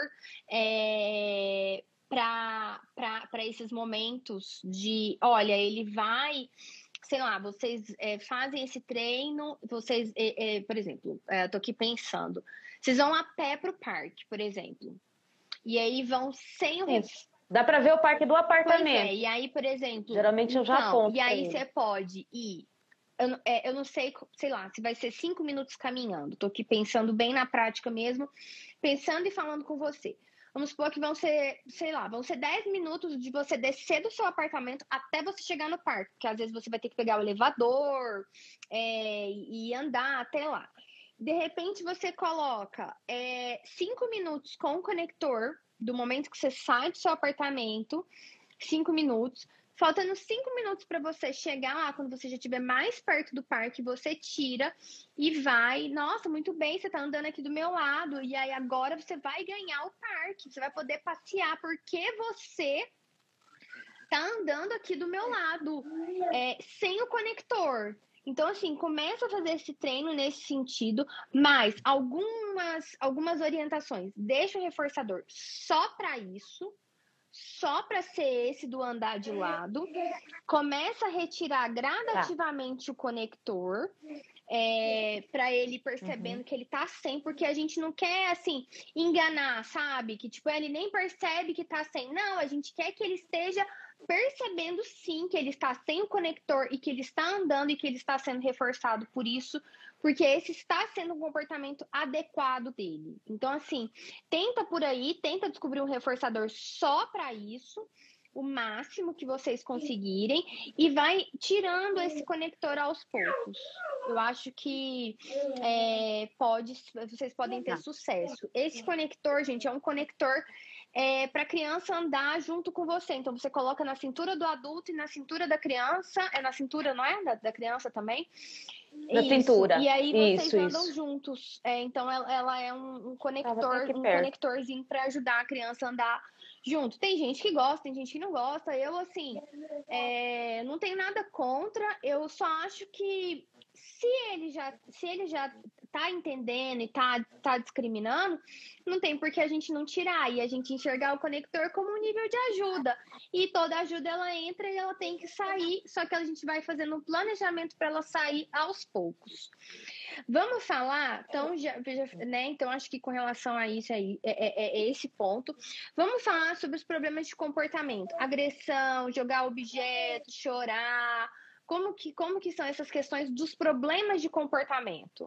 B: para esses momentos de, olha, ele vai, sei lá, vocês fazem esse treino, vocês, por exemplo, eu tô aqui pensando, vocês vão a pé pro parque, por exemplo, e aí vão sem o
C: dá para ver o parque do apartamento.
B: E aí, por exemplo...
C: Geralmente eu já aponto.
B: E aí você pode ir... Eu não sei lá, se vai ser 5 minutos caminhando. Tô aqui pensando bem na prática mesmo. Pensando e falando com você. Vamos supor que vão ser, sei lá, vão ser 10 minutos de você descer do seu apartamento até você chegar no parque. Porque às vezes você vai ter que pegar o elevador e andar até lá. De repente você coloca 5 minutos com o conector... do momento que você sai do seu apartamento, 5 minutos, Faltando 5 minutos para você chegar lá, quando você já estiver mais perto do parque, você tira e vai. Nossa, muito bem, você tá andando aqui do meu lado. E aí agora você vai ganhar o parque, você vai poder passear, porque você tá andando aqui do meu lado, sem o conector. Então, assim, começa a fazer esse treino nesse sentido, mas algumas orientações. Deixa o reforçador só para isso, só para ser esse do andar de lado. Começa a retirar gradativamente o conector, para ele percebendo que ele tá sem, porque a gente não quer, assim, enganar, sabe? Que, tipo, ele nem percebe que tá sem. Não, a gente quer que ele esteja percebendo, sim, que ele está sem o conector e que ele está andando e que ele está sendo reforçado por isso, porque esse está sendo um comportamento adequado dele. Então, assim, tenta por aí, tenta descobrir um reforçador só para isso, o máximo que vocês conseguirem, e vai tirando esse conector aos poucos. Eu acho que vocês podem ter sucesso. Esse conector, gente, é um conector para a criança andar junto com você. Então, você coloca na cintura do adulto e na cintura da criança. É na cintura, não é? Da criança também?
C: Na cintura.
B: E aí vocês andam juntos. Então, ela é um conector, um conectorzinho para ajudar a criança a andar junto. Tem gente que gosta, tem gente que não gosta. Eu, assim, não tenho nada contra. Eu só acho que se ele já tá entendendo e tá discriminando, não tem por que a gente não tirar e a gente enxergar o conector como um nível de ajuda. E toda ajuda ela entra e ela tem que sair, só que a gente vai fazendo um planejamento para ela sair aos poucos. Vamos falar, então, né? Então, acho que com relação a isso aí, é esse ponto. Vamos falar sobre os problemas de comportamento, agressão, jogar objetos, chorar. Como que são essas questões dos problemas de comportamento?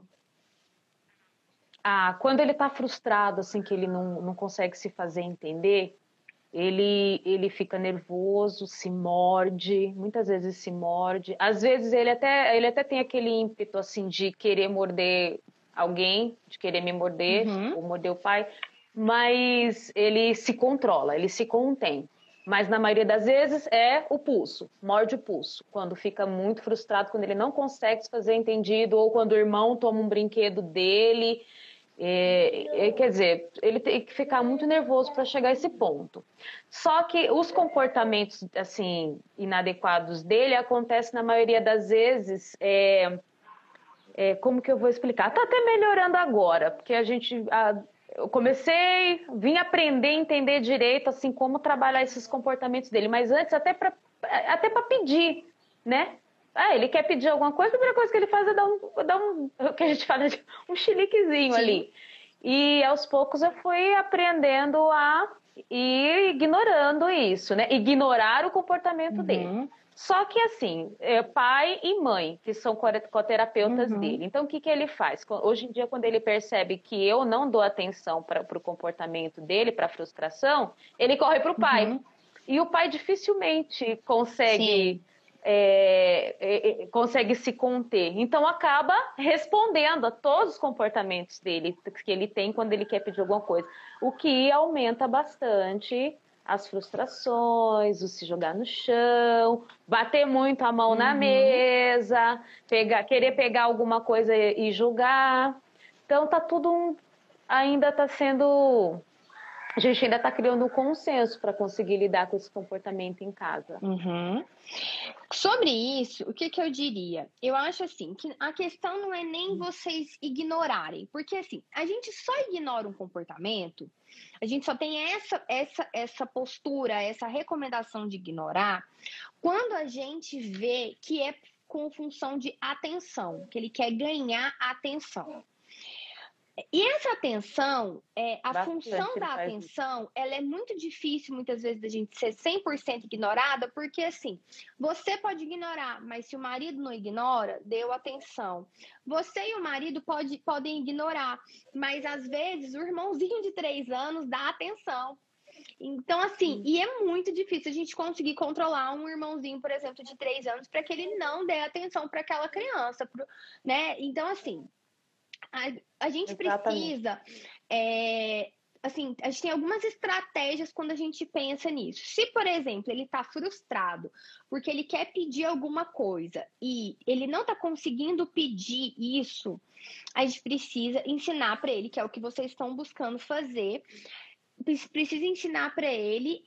C: Quando ele está frustrado, assim, que ele não consegue se fazer entender, ele fica nervoso, se morde, muitas vezes se morde. Às vezes ele até tem aquele ímpeto, assim, de querer morder alguém, de querer me morder, ou morder o pai, mas ele se controla, ele se contém. Mas na maioria das vezes é o pulso, morde o pulso. Quando fica muito frustrado, quando ele não consegue se fazer entendido, ou quando o irmão toma um brinquedo dele. Quer dizer, ele tem que ficar muito nervoso para chegar a esse ponto. Só que os comportamentos, assim, inadequados dele acontecem na maioria das vezes. Como que eu vou explicar? Tá até melhorando agora, porque eu vim aprender a entender direito, assim, como trabalhar esses comportamentos dele. Mas antes, até para pedir, né? Ele quer pedir alguma coisa, a primeira coisa que ele faz é dar o que a gente fala de um chiliquezinho ali. E aos poucos eu fui aprendendo a ir ignorando isso, né? Ignorar o comportamento dele. Só que assim, pai e mãe, que são coterapeutas dele. Então, o que ele faz? Hoje em dia, quando ele percebe que eu não dou atenção para o comportamento dele, para a frustração, ele corre para o pai. E o pai dificilmente consegue se conter. Então, acaba respondendo a todos os comportamentos dele, que ele tem quando ele quer pedir alguma coisa. O que aumenta bastante as frustrações, o se jogar no chão, bater muito a mão na mesa, querer pegar alguma coisa e julgar. Então, ainda está sendo... A gente ainda está criando um consenso para conseguir lidar com esse comportamento em casa.
B: Sobre isso, o que eu diria? Eu acho assim, que a questão não é nem vocês ignorarem, porque assim, a gente só ignora um comportamento, a gente só tem essa postura, essa recomendação de ignorar, quando a gente vê que é com função de atenção, que ele quer ganhar atenção. E essa atenção, a função da atenção, ela é muito difícil, muitas vezes, da gente ser 100% ignorada, porque, assim, você pode ignorar, mas se o marido não ignora, deu atenção. Você e o marido podem ignorar, mas, às vezes, o irmãozinho de 3 anos dá atenção. Então, assim, e é muito difícil a gente conseguir controlar um irmãozinho, por exemplo, de 3 anos, para que ele não dê atenção para aquela criança, né? Então, assim... A gente precisa assim, a gente tem algumas estratégias quando a gente pensa nisso. Se, por exemplo, ele está frustrado porque ele quer pedir alguma coisa e ele não está conseguindo pedir isso, a gente precisa ensinar para ele, que é o que vocês estão buscando fazer, precisa ensinar para ele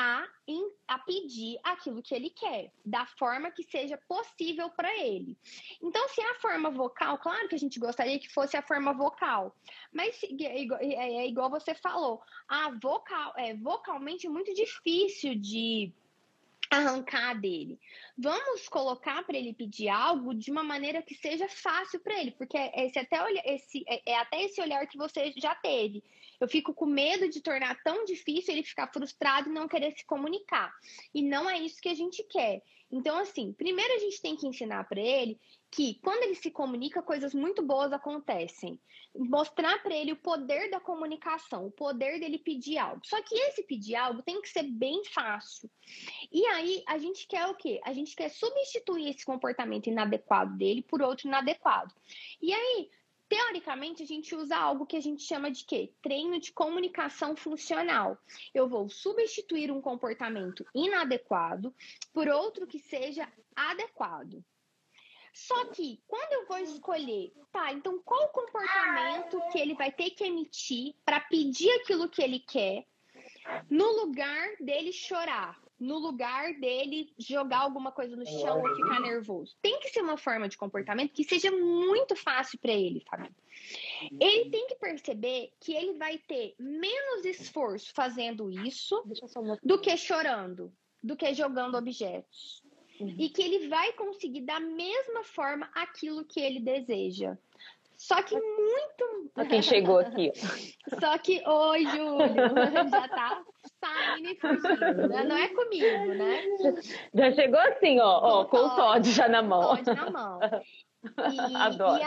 B: a pedir aquilo que ele quer, da forma que seja possível para ele. Então, se é a forma vocal, claro que a gente gostaria que fosse a forma vocal, mas é igual você falou, vocalmente é muito difícil de arrancar dele. Vamos colocar para ele pedir algo de uma maneira que seja fácil para ele, porque é até esse olhar que você já teve. Eu fico com medo de tornar tão difícil ele ficar frustrado e não querer se comunicar. E não é isso que a gente quer. Então, assim, primeiro a gente tem que ensinar para ele que quando ele se comunica, coisas muito boas acontecem. Mostrar para ele o poder da comunicação, o poder dele pedir algo. Só que esse pedir algo tem que ser bem fácil. E aí, a gente quer o quê? A gente quer substituir esse comportamento inadequado dele por outro inadequado. E aí, teoricamente, a gente usa algo que a gente chama de quê? Treino de comunicação funcional. Eu vou substituir um comportamento inadequado por outro que seja adequado. Só que, quando eu vou escolher, então qual o comportamento que ele vai ter que emitir para pedir aquilo que ele quer, no lugar dele chorar, no lugar dele jogar alguma coisa no chão ou ficar nervoso? Tem que ser uma forma de comportamento que seja muito fácil para ele, Fabi. Ele tem que perceber que ele vai ter menos esforço fazendo isso do que chorando, do que jogando objetos. E que ele vai conseguir da mesma forma aquilo que ele deseja. Só que muito...
C: Quem chegou aqui.
B: Só que, oi, Júlio, já tá saindo e fugindo, né? Não é comigo, né?
C: Já chegou assim, com o Todd já na mão.
B: Todd na mão.
C: Adoro.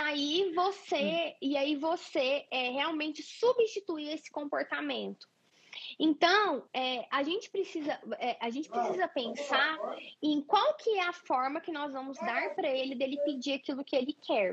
B: E aí você realmente substituir esse comportamento. Então, a gente precisa pensar em qual que é a forma que nós vamos dar para ele dele pedir aquilo que ele quer.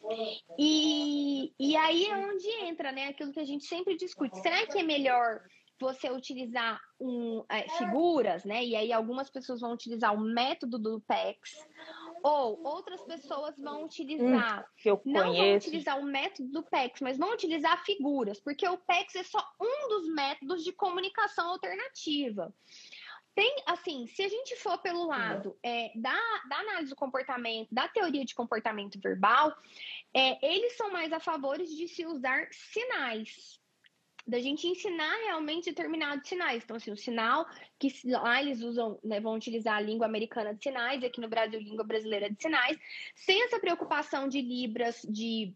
B: E aí é onde entra, né, aquilo que a gente sempre discute. Será que é melhor você utilizar figuras, né? E aí algumas pessoas vão utilizar o método do PECS, ou outras pessoas vão utilizar, não vão utilizar o método do PECS, mas vão utilizar figuras, porque o PECS é só um dos métodos de comunicação alternativa. Tem, assim, se a gente for pelo lado da análise do comportamento, da teoria de comportamento verbal, eles são mais a favor de se usar sinais, da gente ensinar realmente determinados sinais. Então, assim, o sinal que lá eles usam, né, vão utilizar a língua americana de sinais, aqui no Brasil, língua brasileira de sinais, sem essa preocupação de libras, de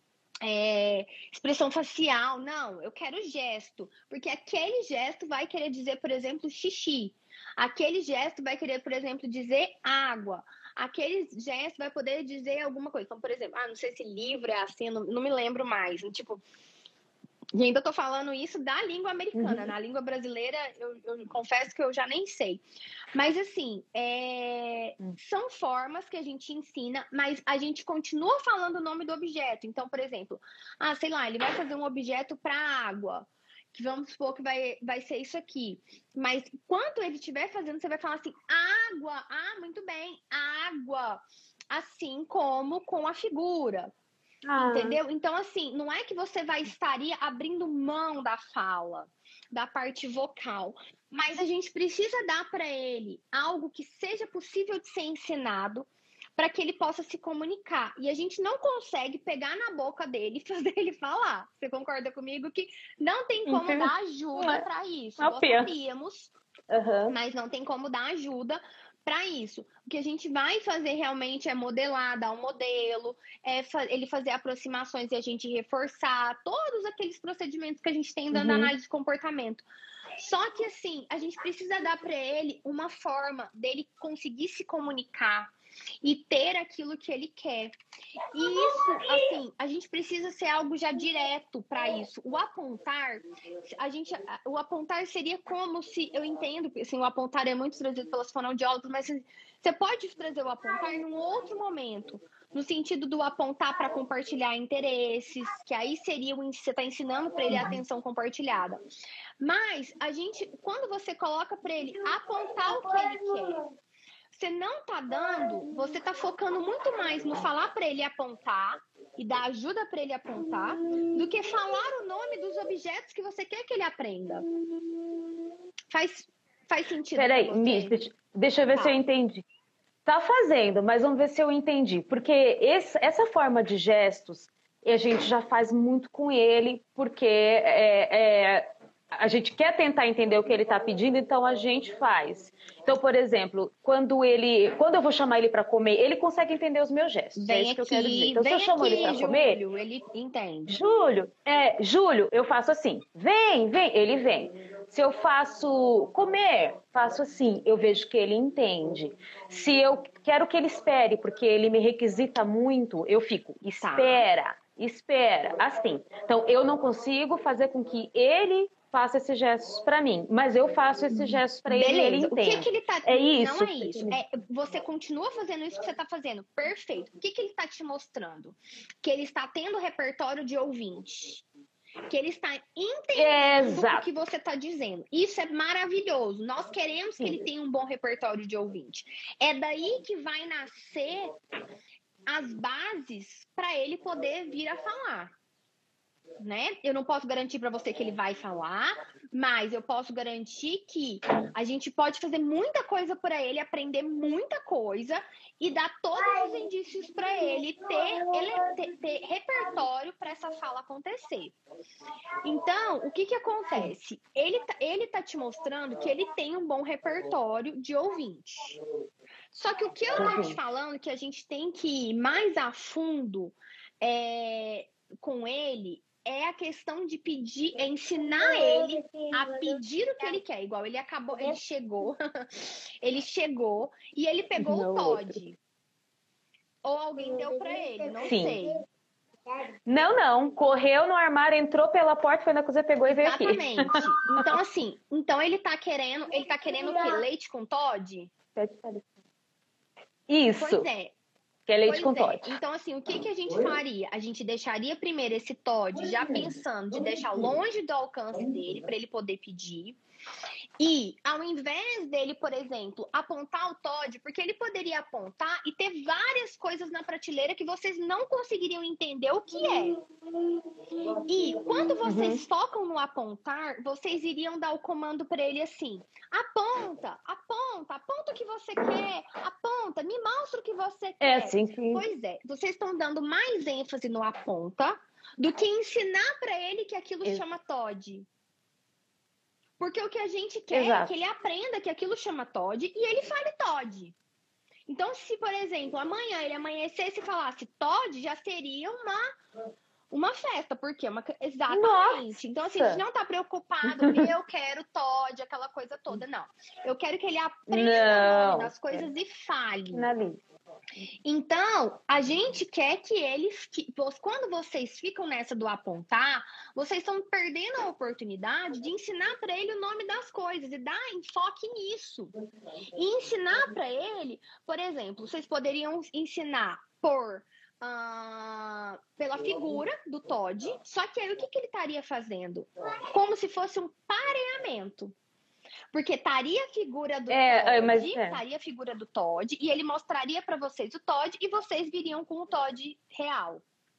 B: expressão facial. Não, eu quero gesto, porque aquele gesto vai querer dizer, por exemplo, xixi. Aquele gesto vai querer, por exemplo, dizer água. Aquele gesto vai poder dizer alguma coisa. Então, por exemplo, não sei se livro é assim, não me lembro mais. Tipo, e ainda estou falando isso da língua americana. Na língua brasileira, eu confesso que eu já nem sei. Mas, assim, são formas que a gente ensina, mas a gente continua falando o nome do objeto. Então, por exemplo, sei lá, ele vai fazer um objeto para água, que vamos supor que vai ser isso aqui. Mas, quando ele estiver fazendo, você vai falar assim, água. Muito bem, água. Assim como com a figura. Entendeu? Então, assim, não é que você estaria abrindo mão da fala, da parte vocal, mas a gente precisa dar para ele algo que seja possível de ser ensinado para que ele possa se comunicar. E a gente não consegue pegar na boca dele e fazer ele falar. Você concorda comigo que não tem como dar ajuda para isso? Gostaríamos, mas não tem como dar ajuda para isso. O que a gente vai fazer realmente é modelar, dar um modelo, ele fazer aproximações e a gente reforçar todos aqueles procedimentos que a gente tem dando análise de comportamento. Só que, assim, a gente precisa dar para ele uma forma dele conseguir se comunicar e ter aquilo que ele quer. E isso, assim, a gente precisa ser algo já direto para isso. O apontar seria como se, eu entendo, assim, o apontar é muito trazido pelas fonoaudiólogas, mas você pode trazer o apontar num outro momento, no sentido do apontar para compartilhar interesses, que aí seria você está ensinando para ele a atenção compartilhada. Mas quando você coloca para ele apontar o que ele quer, você não está dando, você está focando muito mais no falar para ele apontar e dar ajuda para ele apontar, do que falar o nome dos objetos que você quer que ele aprenda. Faz sentido?
C: Peraí, deixa eu ver se eu entendi. Tá fazendo, mas vamos ver se eu entendi. Porque essa forma de gestos, a gente já faz muito com ele, porque a gente quer tentar entender o que ele está pedindo, então a gente faz. Então, por exemplo, quando eu vou chamar ele para comer, ele consegue entender os meus gestos. É isso que eu quero dizer. Então, se eu chamo ele para comer,
B: ele entende.
C: Júlio, eu faço assim, vem, ele vem. Se eu faço comer, faço assim, eu vejo que ele entende. Se eu quero que ele espere, porque ele me requisita muito, eu fico, espera, assim. Então, eu não consigo fazer com que ele faça esses gestos para mim, mas eu faço esses gestos para ele e ele entende.
B: O que ele tá...
C: É isso.
B: Não é isso. Você continua fazendo isso que você está fazendo. Perfeito. O que ele está te mostrando? Que ele está tendo repertório de ouvinte. Que ele está entendendo o que você está dizendo. Isso é maravilhoso. Nós queremos que ele tenha um bom repertório de ouvinte. É daí que vai nascer as bases para ele poder vir a falar. Né? Eu não posso garantir para você que ele vai falar, mas eu posso garantir que a gente pode fazer muita coisa para ele, aprender muita coisa e dar todos os indícios para ele ter repertório para essa fala acontecer. Então, o que acontece? Ele tá te mostrando que ele tem um bom repertório de ouvinte. Só que o que eu tô te falando que a gente tem que ir mais a fundo com ele é a questão de ensinar ele a pedir o que ele quer. Igual ele chegou, ele chegou e ele pegou o Todd. Ou alguém deu para ele, não sei.
C: Não. Correu no armário, entrou pela porta, foi na cozinha, pegou e veio aqui.
B: Exatamente. Então, assim, ele tá querendo o quê? Leite com Todd?
C: Isso.
B: Pois é.
C: Que é leite com Todd.
B: Então, assim, o que a gente faria? A gente deixaria primeiro esse Todd já pensando de deixar longe do alcance dele, para ele poder pedir. E, ao invés dele, por exemplo, apontar o Todd, porque ele poderia apontar e ter várias coisas na prateleira que vocês não conseguiriam entender o que é. E, quando vocês focam no apontar, vocês iriam dar o comando para ele assim: aponta o que você quer, aponta, me mostra o que você quer.
C: É assim que...
B: Pois é, vocês estão dando mais ênfase no aponta do que ensinar para ele que aquilo chama Todd. Porque o que a gente quer é que ele aprenda que aquilo chama Todd e ele fale Todd. Então, se, por exemplo, amanhã ele amanhecesse e falasse Todd, já seria uma festa. Por quê? Exatamente.
C: Nossa.
B: Então, assim, a gente não tá preocupado, eu quero Todd, aquela coisa toda. Não. Eu quero que ele aprenda o nome das coisas e fale. Então, a gente quer que quando vocês ficam nessa do apontar, vocês estão perdendo a oportunidade de ensinar para ele o nome das coisas e dar enfoque nisso. E ensinar para ele, por exemplo, vocês poderiam ensinar pela figura do Todd, só que aí o que ele estaria fazendo? Como se fosse um pareamento. Porque estaria a figura do Todd, estaria a figura do Todd, e ele mostraria para vocês o Todd, e vocês viriam com o Todd real.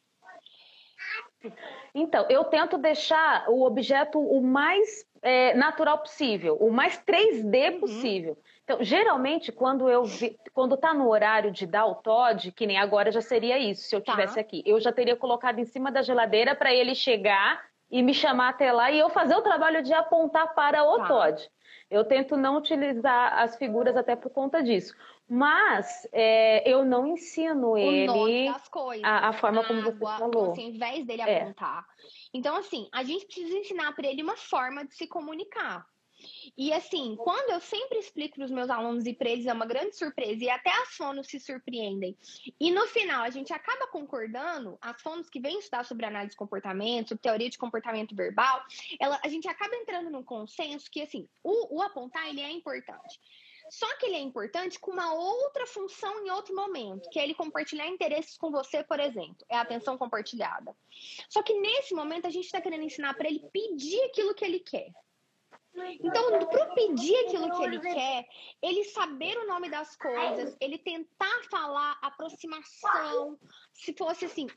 C: Então, eu tento deixar o objeto o mais natural possível, o mais 3D possível. Então, geralmente, quando tá no horário de dar o Todd, que nem agora já seria isso, se eu estivesse aqui, eu já teria colocado em cima da geladeira para ele chegar e me chamar até lá e eu fazer o trabalho de apontar para o Todd. Eu tento não utilizar as figuras até por conta disso. Mas eu não ensino ele
B: nome das coisas,
C: a forma como você falou.
B: Então, assim, ao invés dele apontar. Então, assim, a gente precisa ensinar para ele uma forma de se comunicar. E, assim, quando eu sempre explico para os meus alunos e para eles é uma grande surpresa, e até as fonos se surpreendem. E, no final, a gente acaba concordando, as fonos que vêm estudar sobre análise de comportamento, sobre teoria de comportamento verbal, a gente acaba entrando num consenso que, assim, o apontar, ele é importante. Só que ele é importante com uma outra função em outro momento, que é ele compartilhar interesses com você, por exemplo. É a atenção compartilhada. Só que nesse momento a gente está querendo ensinar para ele pedir aquilo que ele quer. Então, para pedir aquilo que ele quer, ele saber o nome das coisas, ele tentar falar aproximação, se fosse assim,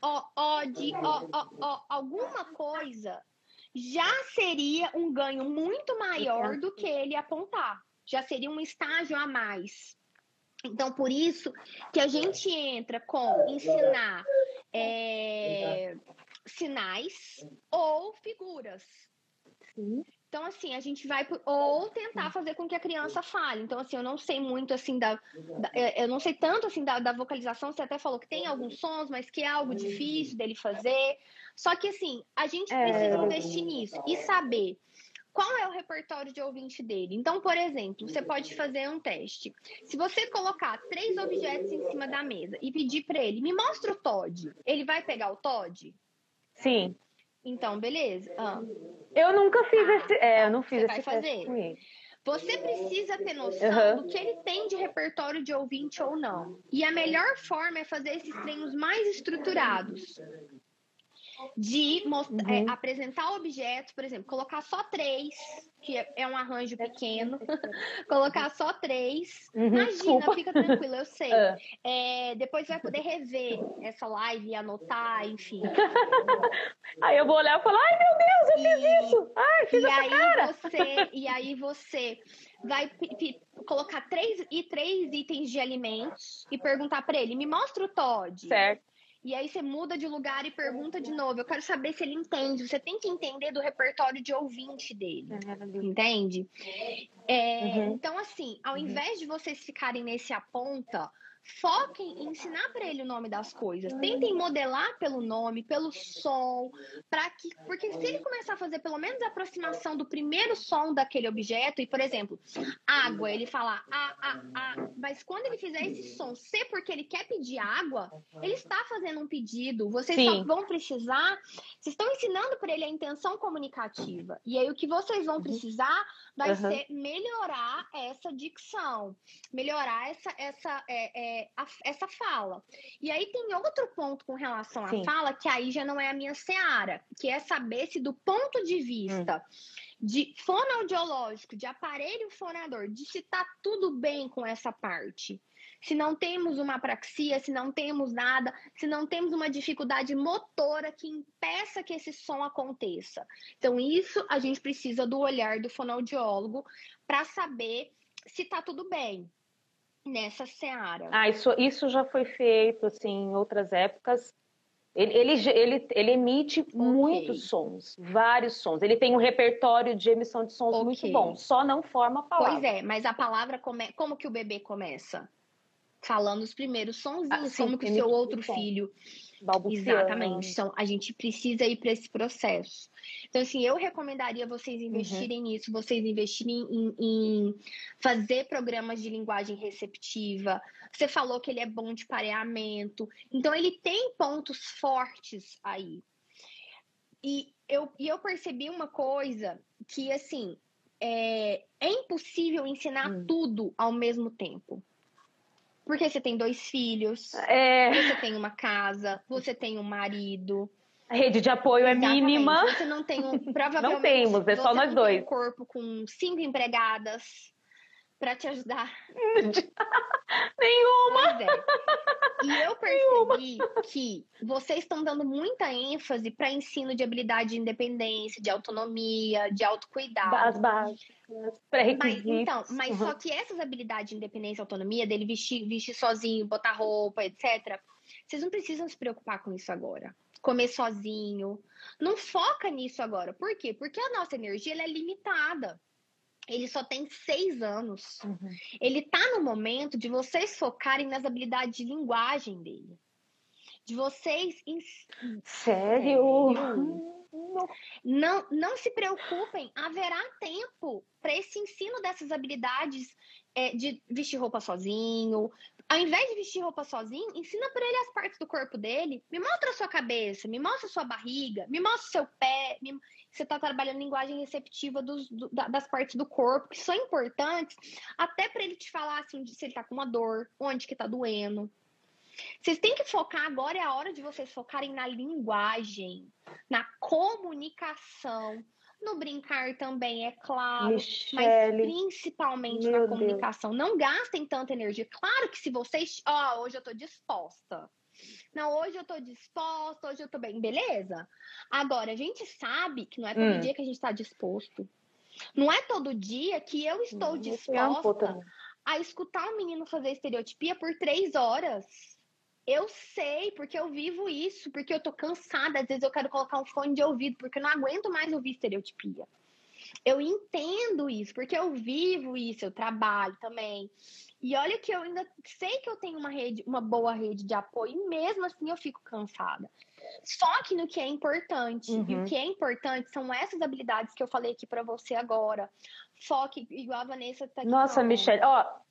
B: alguma coisa, já seria um ganho muito maior do que ele apontar. Já seria um estágio a mais. Então, por isso que a gente entra com ensinar sinais ou figuras.
C: Sim.
B: Então, assim, a gente vai... Ou tentar fazer com que a criança fale. Então, assim, eu não sei muito, assim, eu não sei tanto, assim, da vocalização. Você até falou que tem alguns sons, mas que é algo difícil dele fazer. Só que, assim, a gente precisa investir nisso e saber qual é o repertório de ouvinte dele. Então, por exemplo, você pode fazer um teste. Se você colocar 3 objetos em cima da mesa e pedir para ele, me mostra o Todd. Ele vai pegar o Todd?
C: Sim.
B: Então, beleza.
C: Eu nunca fiz eu não fiz
B: você
C: esse
B: vai
C: teste
B: fazer.
C: com ele.
B: Você precisa ter noção do que ele tem de repertório de ouvinte ou não. E a melhor forma é fazer esses treinos mais estruturados. De apresentar objetos, por exemplo, colocar só 3, que é um arranjo pequeno, colocar só 3. Imagina,
C: Desculpa.
B: fica tranquila, eu sei. Depois vai poder rever essa live e anotar, enfim.
C: Aí eu vou olhar e falar, ai meu Deus, eu fiz isso! Ai, fiz essa cara!
B: E aí você vai colocar 3 itens de alimentos e perguntar para ele, me mostra o Todd.
C: Certo.
B: E aí você muda de lugar e pergunta de novo. Eu quero saber se ele entende. Você tem que entender do repertório de ouvinte dele. Entende? Então, assim, ao invés de vocês ficarem nesse aponta, foquem em ensinar para ele o nome das coisas. Tentem modelar pelo nome, pelo som, porque se ele começar a fazer pelo menos a aproximação do primeiro som daquele objeto, e, por exemplo, água, ele falar mas quando ele fizer esse som, se porque ele quer pedir água, ele está fazendo um pedido. Vocês só vão precisar, vocês estão ensinando para ele a intenção comunicativa. E aí o que vocês vão precisar vai ser melhorar essa dicção, melhorar essa fala. E aí tem outro ponto com relação à fala, que aí já não é a minha seara, que é saber se do ponto de vista de fonoaudiológico, de aparelho fonador, de se tá tudo bem com essa parte. Se não temos uma apraxia, se não temos nada, se não temos uma dificuldade motora que impeça que esse som aconteça. Então, isso a gente precisa do olhar do fonoaudiólogo para saber se tá tudo bem nessa seara.
C: Isso já foi feito, assim, em outras épocas. Ele emite muitos sons, vários sons. Ele tem um repertório de emissão de sons muito bom, só não forma a palavra.
B: Pois é, mas a palavra, como que o bebê começa? Falando os primeiros sonzinhos, como que o seu outro filho...
C: Balbuciando.
B: Exatamente. Então, a gente precisa ir para esse processo. Então, assim, eu recomendaria vocês investirem nisso, vocês investirem em fazer programas de linguagem receptiva. Você falou que ele é bom de pareamento. Então, ele tem pontos fortes aí. E eu percebi uma coisa que, assim, é impossível ensinar tudo ao mesmo tempo. Porque você tem 2 filhos, você tem uma casa, você tem um marido.
C: A rede de apoio é mínima.
B: Você não tem provavelmente
C: não temos, é só nós dois.
B: Tem um corpo com 5 empregadas para te ajudar.
C: Nenhuma!
B: Pois é. E eu percebi que vocês estão dando muita ênfase para ensino de habilidade de independência, de autonomia, de autocuidado.
C: As bases, pré-requisitos.
B: Mas só que essas habilidades de independência e autonomia, dele vestir sozinho, botar roupa, etc., vocês não precisam se preocupar com isso agora. Comer sozinho. Não foca nisso agora. Por quê? Porque a nossa energia ela é limitada. Ele só tem 6 anos. Ele tá no momento de vocês focarem nas habilidades de linguagem dele. De vocês...
C: Sério?
B: Não se preocupem. Haverá tempo para esse ensino dessas habilidades de vestir roupa sozinho, Ao invés de vestir roupa sozinho, ensina para ele as partes do corpo dele. Me mostra a sua cabeça, me mostra a sua barriga, me mostra o seu pé. Você está trabalhando linguagem receptiva das partes do corpo, que são importantes, até para ele te falar assim, se ele está com uma dor, onde que está doendo. Vocês têm que focar, agora é a hora de vocês focarem na linguagem, na comunicação. No brincar também, é claro,
C: Michele,
B: mas principalmente na
C: meu
B: comunicação. Não gastem tanta energia. Claro que se vocês... hoje eu tô disposta. Não, hoje eu tô disposta, hoje eu tô bem. Beleza? Agora, a gente sabe que não é todo dia que a gente tá disposto. Não é todo dia que eu estou disposta a escutar um menino fazer estereotipia por 3 horas. Eu sei, porque eu vivo isso, porque eu tô cansada, às vezes eu quero colocar um fone de ouvido, porque eu não aguento mais ouvir estereotipia. Eu entendo isso, porque eu vivo isso, eu trabalho também. E olha que eu ainda sei que eu tenho uma boa rede de apoio, e mesmo assim eu fico cansada. Só que no que é importante, e o que é importante são essas habilidades que eu falei aqui pra você agora. Foque, igual a Vanessa tá aqui.
C: Nossa, Michele,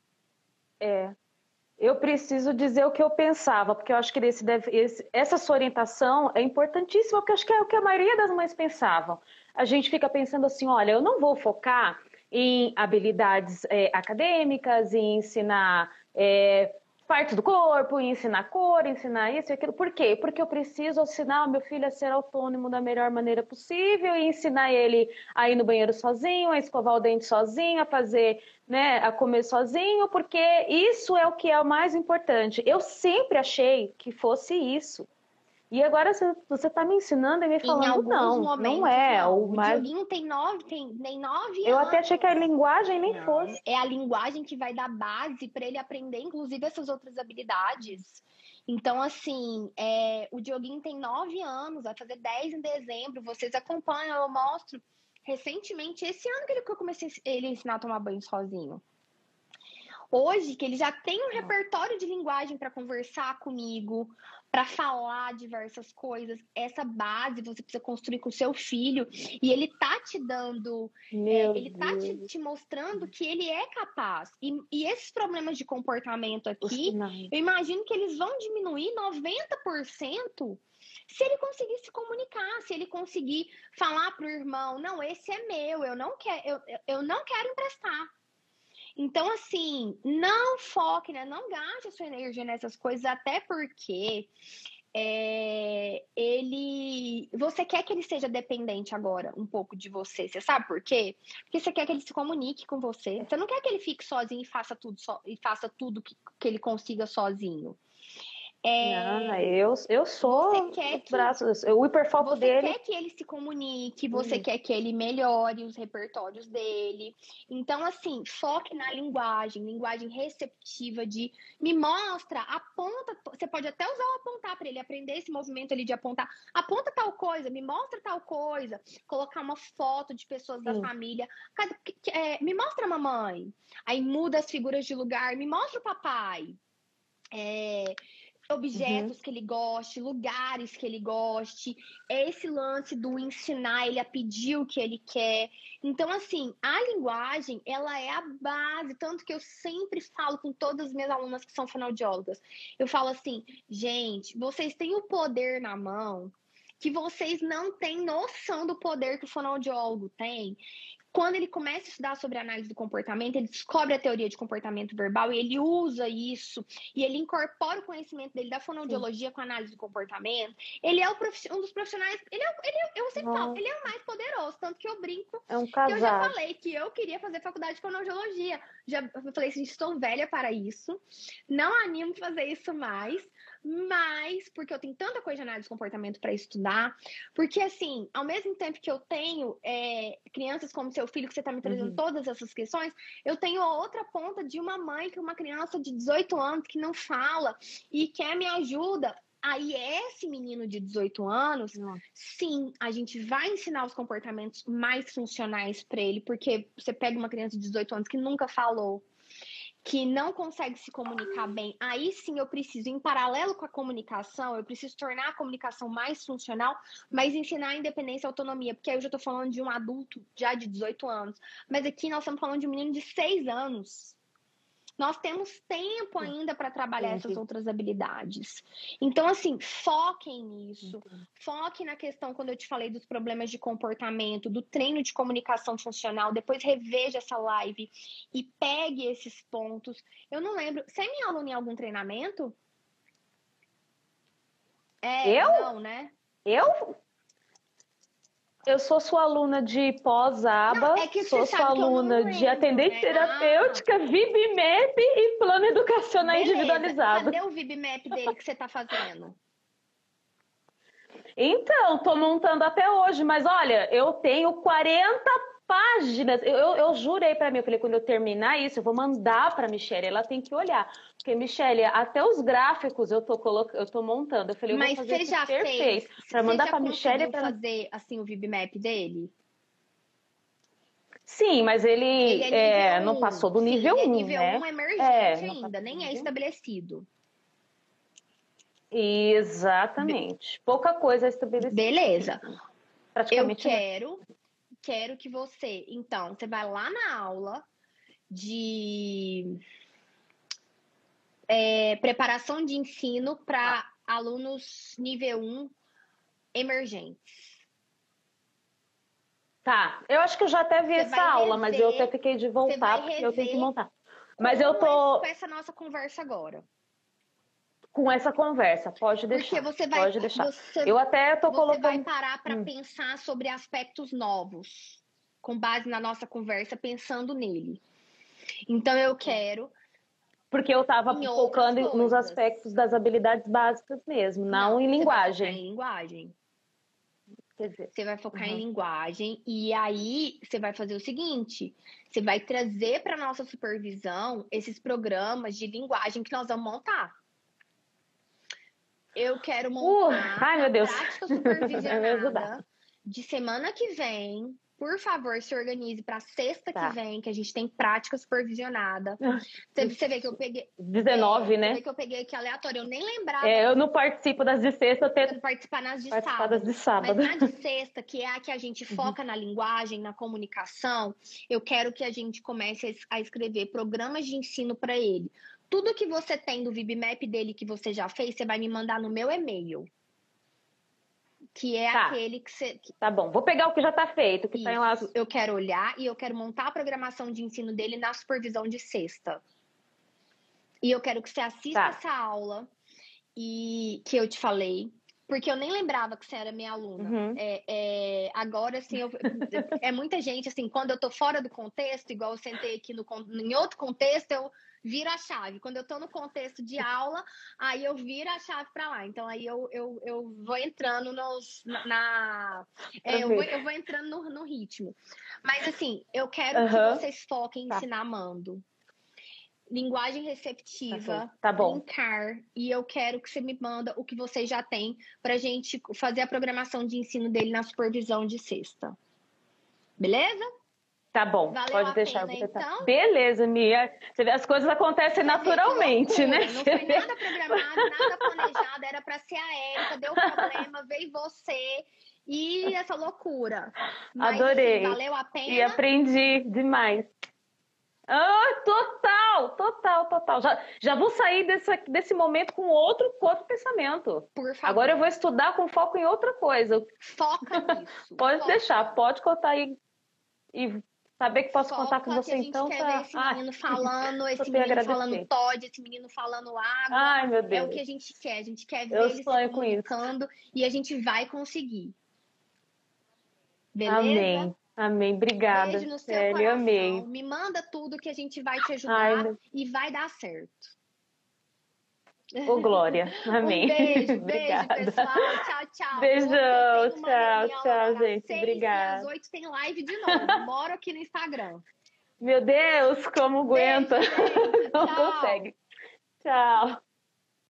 C: eu preciso dizer o que eu pensava, porque eu acho que essa sua orientação é importantíssima, porque eu acho que é o que a maioria das mães pensavam. A gente fica pensando assim, olha, eu não vou focar em habilidades acadêmicas, em ensinar partes do corpo, em ensinar cor, ensinar isso e aquilo. Por quê? Porque eu preciso ensinar o meu filho a ser autônomo da melhor maneira possível e ensinar ele a ir no banheiro sozinho, a escovar o dente sozinho, a fazer, né, a comer sozinho, porque isso é o que é o mais importante. Eu sempre achei que fosse isso. E agora você está me ensinando e me falando, não é.
B: O Dioguinho tem 9 anos.
C: Eu até achei que a linguagem nem fosse.
B: É a linguagem que vai dar base para ele aprender, inclusive, essas outras habilidades. Então, assim, o Dioguinho tem 9 anos, vai fazer 10 em dezembro. Vocês acompanham, eu mostro. Recentemente, esse ano que eu comecei ele a ensinar a tomar banho sozinho. Hoje, que ele já tem um repertório de linguagem para conversar comigo, para falar diversas coisas, essa base você precisa construir com o seu filho, e ele tá te dando, ele tá te mostrando que ele é capaz. E esses problemas de comportamento aqui, eu imagino que eles vão diminuir 90%. Se ele conseguir se comunicar, se ele conseguir falar pro irmão, não, esse é meu, eu não quero emprestar. Então, assim, não foque, né? Não gaste a sua energia nessas coisas, até porque você quer que ele seja dependente agora um pouco de você. Você sabe por quê? Porque você quer que ele se comunique com você. Você não quer que ele fique sozinho e faça tudo que ele consiga sozinho.
C: Eu sou o hiperfoco dele.
B: Você quer que ele se comunique, você quer que ele melhore os repertórios dele. Então, assim, foque na linguagem receptiva de me mostra, aponta. Você pode até usar o apontar para ele aprender esse movimento ali de apontar. Aponta tal coisa, me mostra tal coisa. Colocar uma foto de pessoas da família. Me mostra a mamãe. Aí muda as figuras de lugar, me mostra o papai. Objetos que ele goste, lugares que ele goste, esse lance do ensinar ele a pedir o que ele quer. Então, assim, a linguagem, ela é a base, tanto que eu sempre falo com todas as minhas alunas que são fonoaudiólogas. Eu falo assim, gente, vocês têm o poder na mão que vocês não têm noção do poder que o fonoaudiólogo tem. Quando ele começa a estudar sobre a análise do comportamento, ele descobre a teoria de comportamento verbal e ele usa isso, e ele incorpora o conhecimento dele da fonoaudiologia com a análise do comportamento. Ele é um dos profissionais, eu sempre falo, ele é o mais poderoso, tanto que eu brinco, que eu já falei que eu queria fazer faculdade de fonoaudiologia. Eu falei assim, estou velha para isso, não animo fazer isso mais, mas porque eu tenho tanta coisa de análise de comportamento para estudar, porque assim, ao mesmo tempo que eu tenho crianças como seu filho, que você está me trazendo todas essas questões, eu tenho a outra ponta de uma mãe que é uma criança de 18 anos que não fala e quer me ajuda. Aí esse menino de 18 anos, sim, a gente vai ensinar os comportamentos mais funcionais para ele, porque você pega uma criança de 18 anos que nunca falou, que não consegue se comunicar bem, aí sim eu preciso, em paralelo com a comunicação, eu preciso tornar a comunicação mais funcional, mas ensinar a independência e a autonomia, porque aí eu já estou falando de um adulto já de 18 anos, mas aqui nós estamos falando de um menino de 6 anos. Nós temos tempo ainda para trabalhar essas outras habilidades. Então, assim, foquem nisso. Foque na questão, quando eu te falei dos problemas de comportamento, do treino de comunicação funcional. Depois reveja essa live e pegue esses pontos. Eu não lembro. Você é minha aluna em algum treinamento?
C: Eu?
B: Não, né?
C: Eu sou sua aluna de pós-aba, sou sua aluna de atendente terapêutica, VibMap e plano educacional individualizado.
B: Cadê o VibMap dele que você está fazendo?
C: Então, estou montando até hoje, mas olha, eu tenho 40 páginas. Eu jurei para mim, eu falei, quando eu terminar isso, eu vou mandar para a Michelle, ela tem que olhar. Porque, Michelle, até os gráficos eu tô montando. Eu falei, eu vou fazer isso perfeito para mandar para a Michelle.
B: Você já fazer assim o VibMap dele?
C: Sim, mas ele não passou do nível 1,
B: ele é nível 1 emergente ainda, nem é estabelecido.
C: Exatamente. Pouca coisa é estabelecida.
B: Beleza.
C: Praticamente
B: eu quero que você, então, você vai lá na aula de preparação de ensino para alunos nível 1 emergentes.
C: Tá, eu acho que eu já até vi essa aula, mas eu até fiquei de voltar, porque eu tenho que montar. Mas eu tô...
B: com essa nossa conversa agora.
C: Com essa conversa, pode deixar.
B: Porque você vai,
C: pode deixar. Eu até tô colocando...
B: Você vai parar para pensar sobre aspectos novos, com base na nossa conversa, pensando nele. Então, eu quero...
C: Porque eu tava focando nos aspectos das habilidades básicas mesmo, não em linguagem.
B: Vai focar em linguagem.
C: Quer dizer,
B: você vai focar em linguagem e aí você vai fazer o seguinte, você vai trazer para nossa supervisão esses programas de linguagem que nós vamos montar. Eu quero montar a prática supervisionada de semana que vem. Por favor, se organize para sexta que vem, que a gente tem prática supervisionada. Você vê que eu peguei...
C: 19, né?
B: Você vê que eu peguei aqui aleatório. Eu nem lembrava.
C: Eu não participo das de sexta. Eu tento
B: participar nas de
C: sábado.
B: Mas na de sexta, que é a que a gente foca na linguagem, na comunicação, eu quero que a gente comece a escrever programas de ensino para ele. Tudo que você tem do VibMap dele que você já fez, você vai me mandar no meu e-mail. Que é aquele que você...
C: Tá bom, vou pegar o que já tá feito. Que tá lá...
B: Eu quero olhar e eu quero montar a programação de ensino dele na supervisão de sexta. E eu quero que você assista essa aula e que eu te falei. Porque eu nem lembrava que você era minha aluna. Agora, assim, é muita gente, assim, quando eu tô fora do contexto, igual eu sentei aqui em outro contexto, eu viro a chave. Quando eu tô no contexto de aula, aí eu viro a chave para lá. Então, aí eu vou entrando eu vou entrando no ritmo. Mas, assim, eu quero que vocês foquem em ensinar amando. Linguagem receptiva, brincar, e eu quero que você me manda o que você já tem pra gente fazer a programação de ensino dele na supervisão de sexta. Beleza?
C: Tá bom,
B: valeu
C: pode deixar.
B: Pena, então?
C: Beleza, Mia. Você vê, as coisas acontecem naturalmente, né?
B: Não foi nada programado, nada planejado, era pra ser a Érica, deu problema, veio você e essa loucura. Mas,
C: adorei.
B: assim, valeu a pena.
C: E aprendi demais. Total. Já vou sair desse momento com outro pensamento.
B: Por favor.
C: Agora eu vou estudar com foco em outra coisa.
B: Foca nisso.
C: Pode deixar, pode contar aí e saber que posso contar com você, então.
B: Quer ver esse menino falando, esse menino falando Todd, esse menino falando água.
C: Ai, meu Deus.
B: É o que a gente quer. A gente quer ver ele se comunicando e a gente vai conseguir. Beleza?
C: Amém, obrigada.
B: Beijo no seu coração.
C: Amei.
B: Me manda tudo que a gente vai te ajudar e vai dar certo.
C: Glória. Amém.
B: Beijo, pessoal. Tchau.
C: Beijão, tchau, gente. Obrigada.
B: Às 8 tem live de novo. Moro aqui no Instagram.
C: Meu Deus, como aguenta?
B: Beijo,
C: não consegue. Tchau.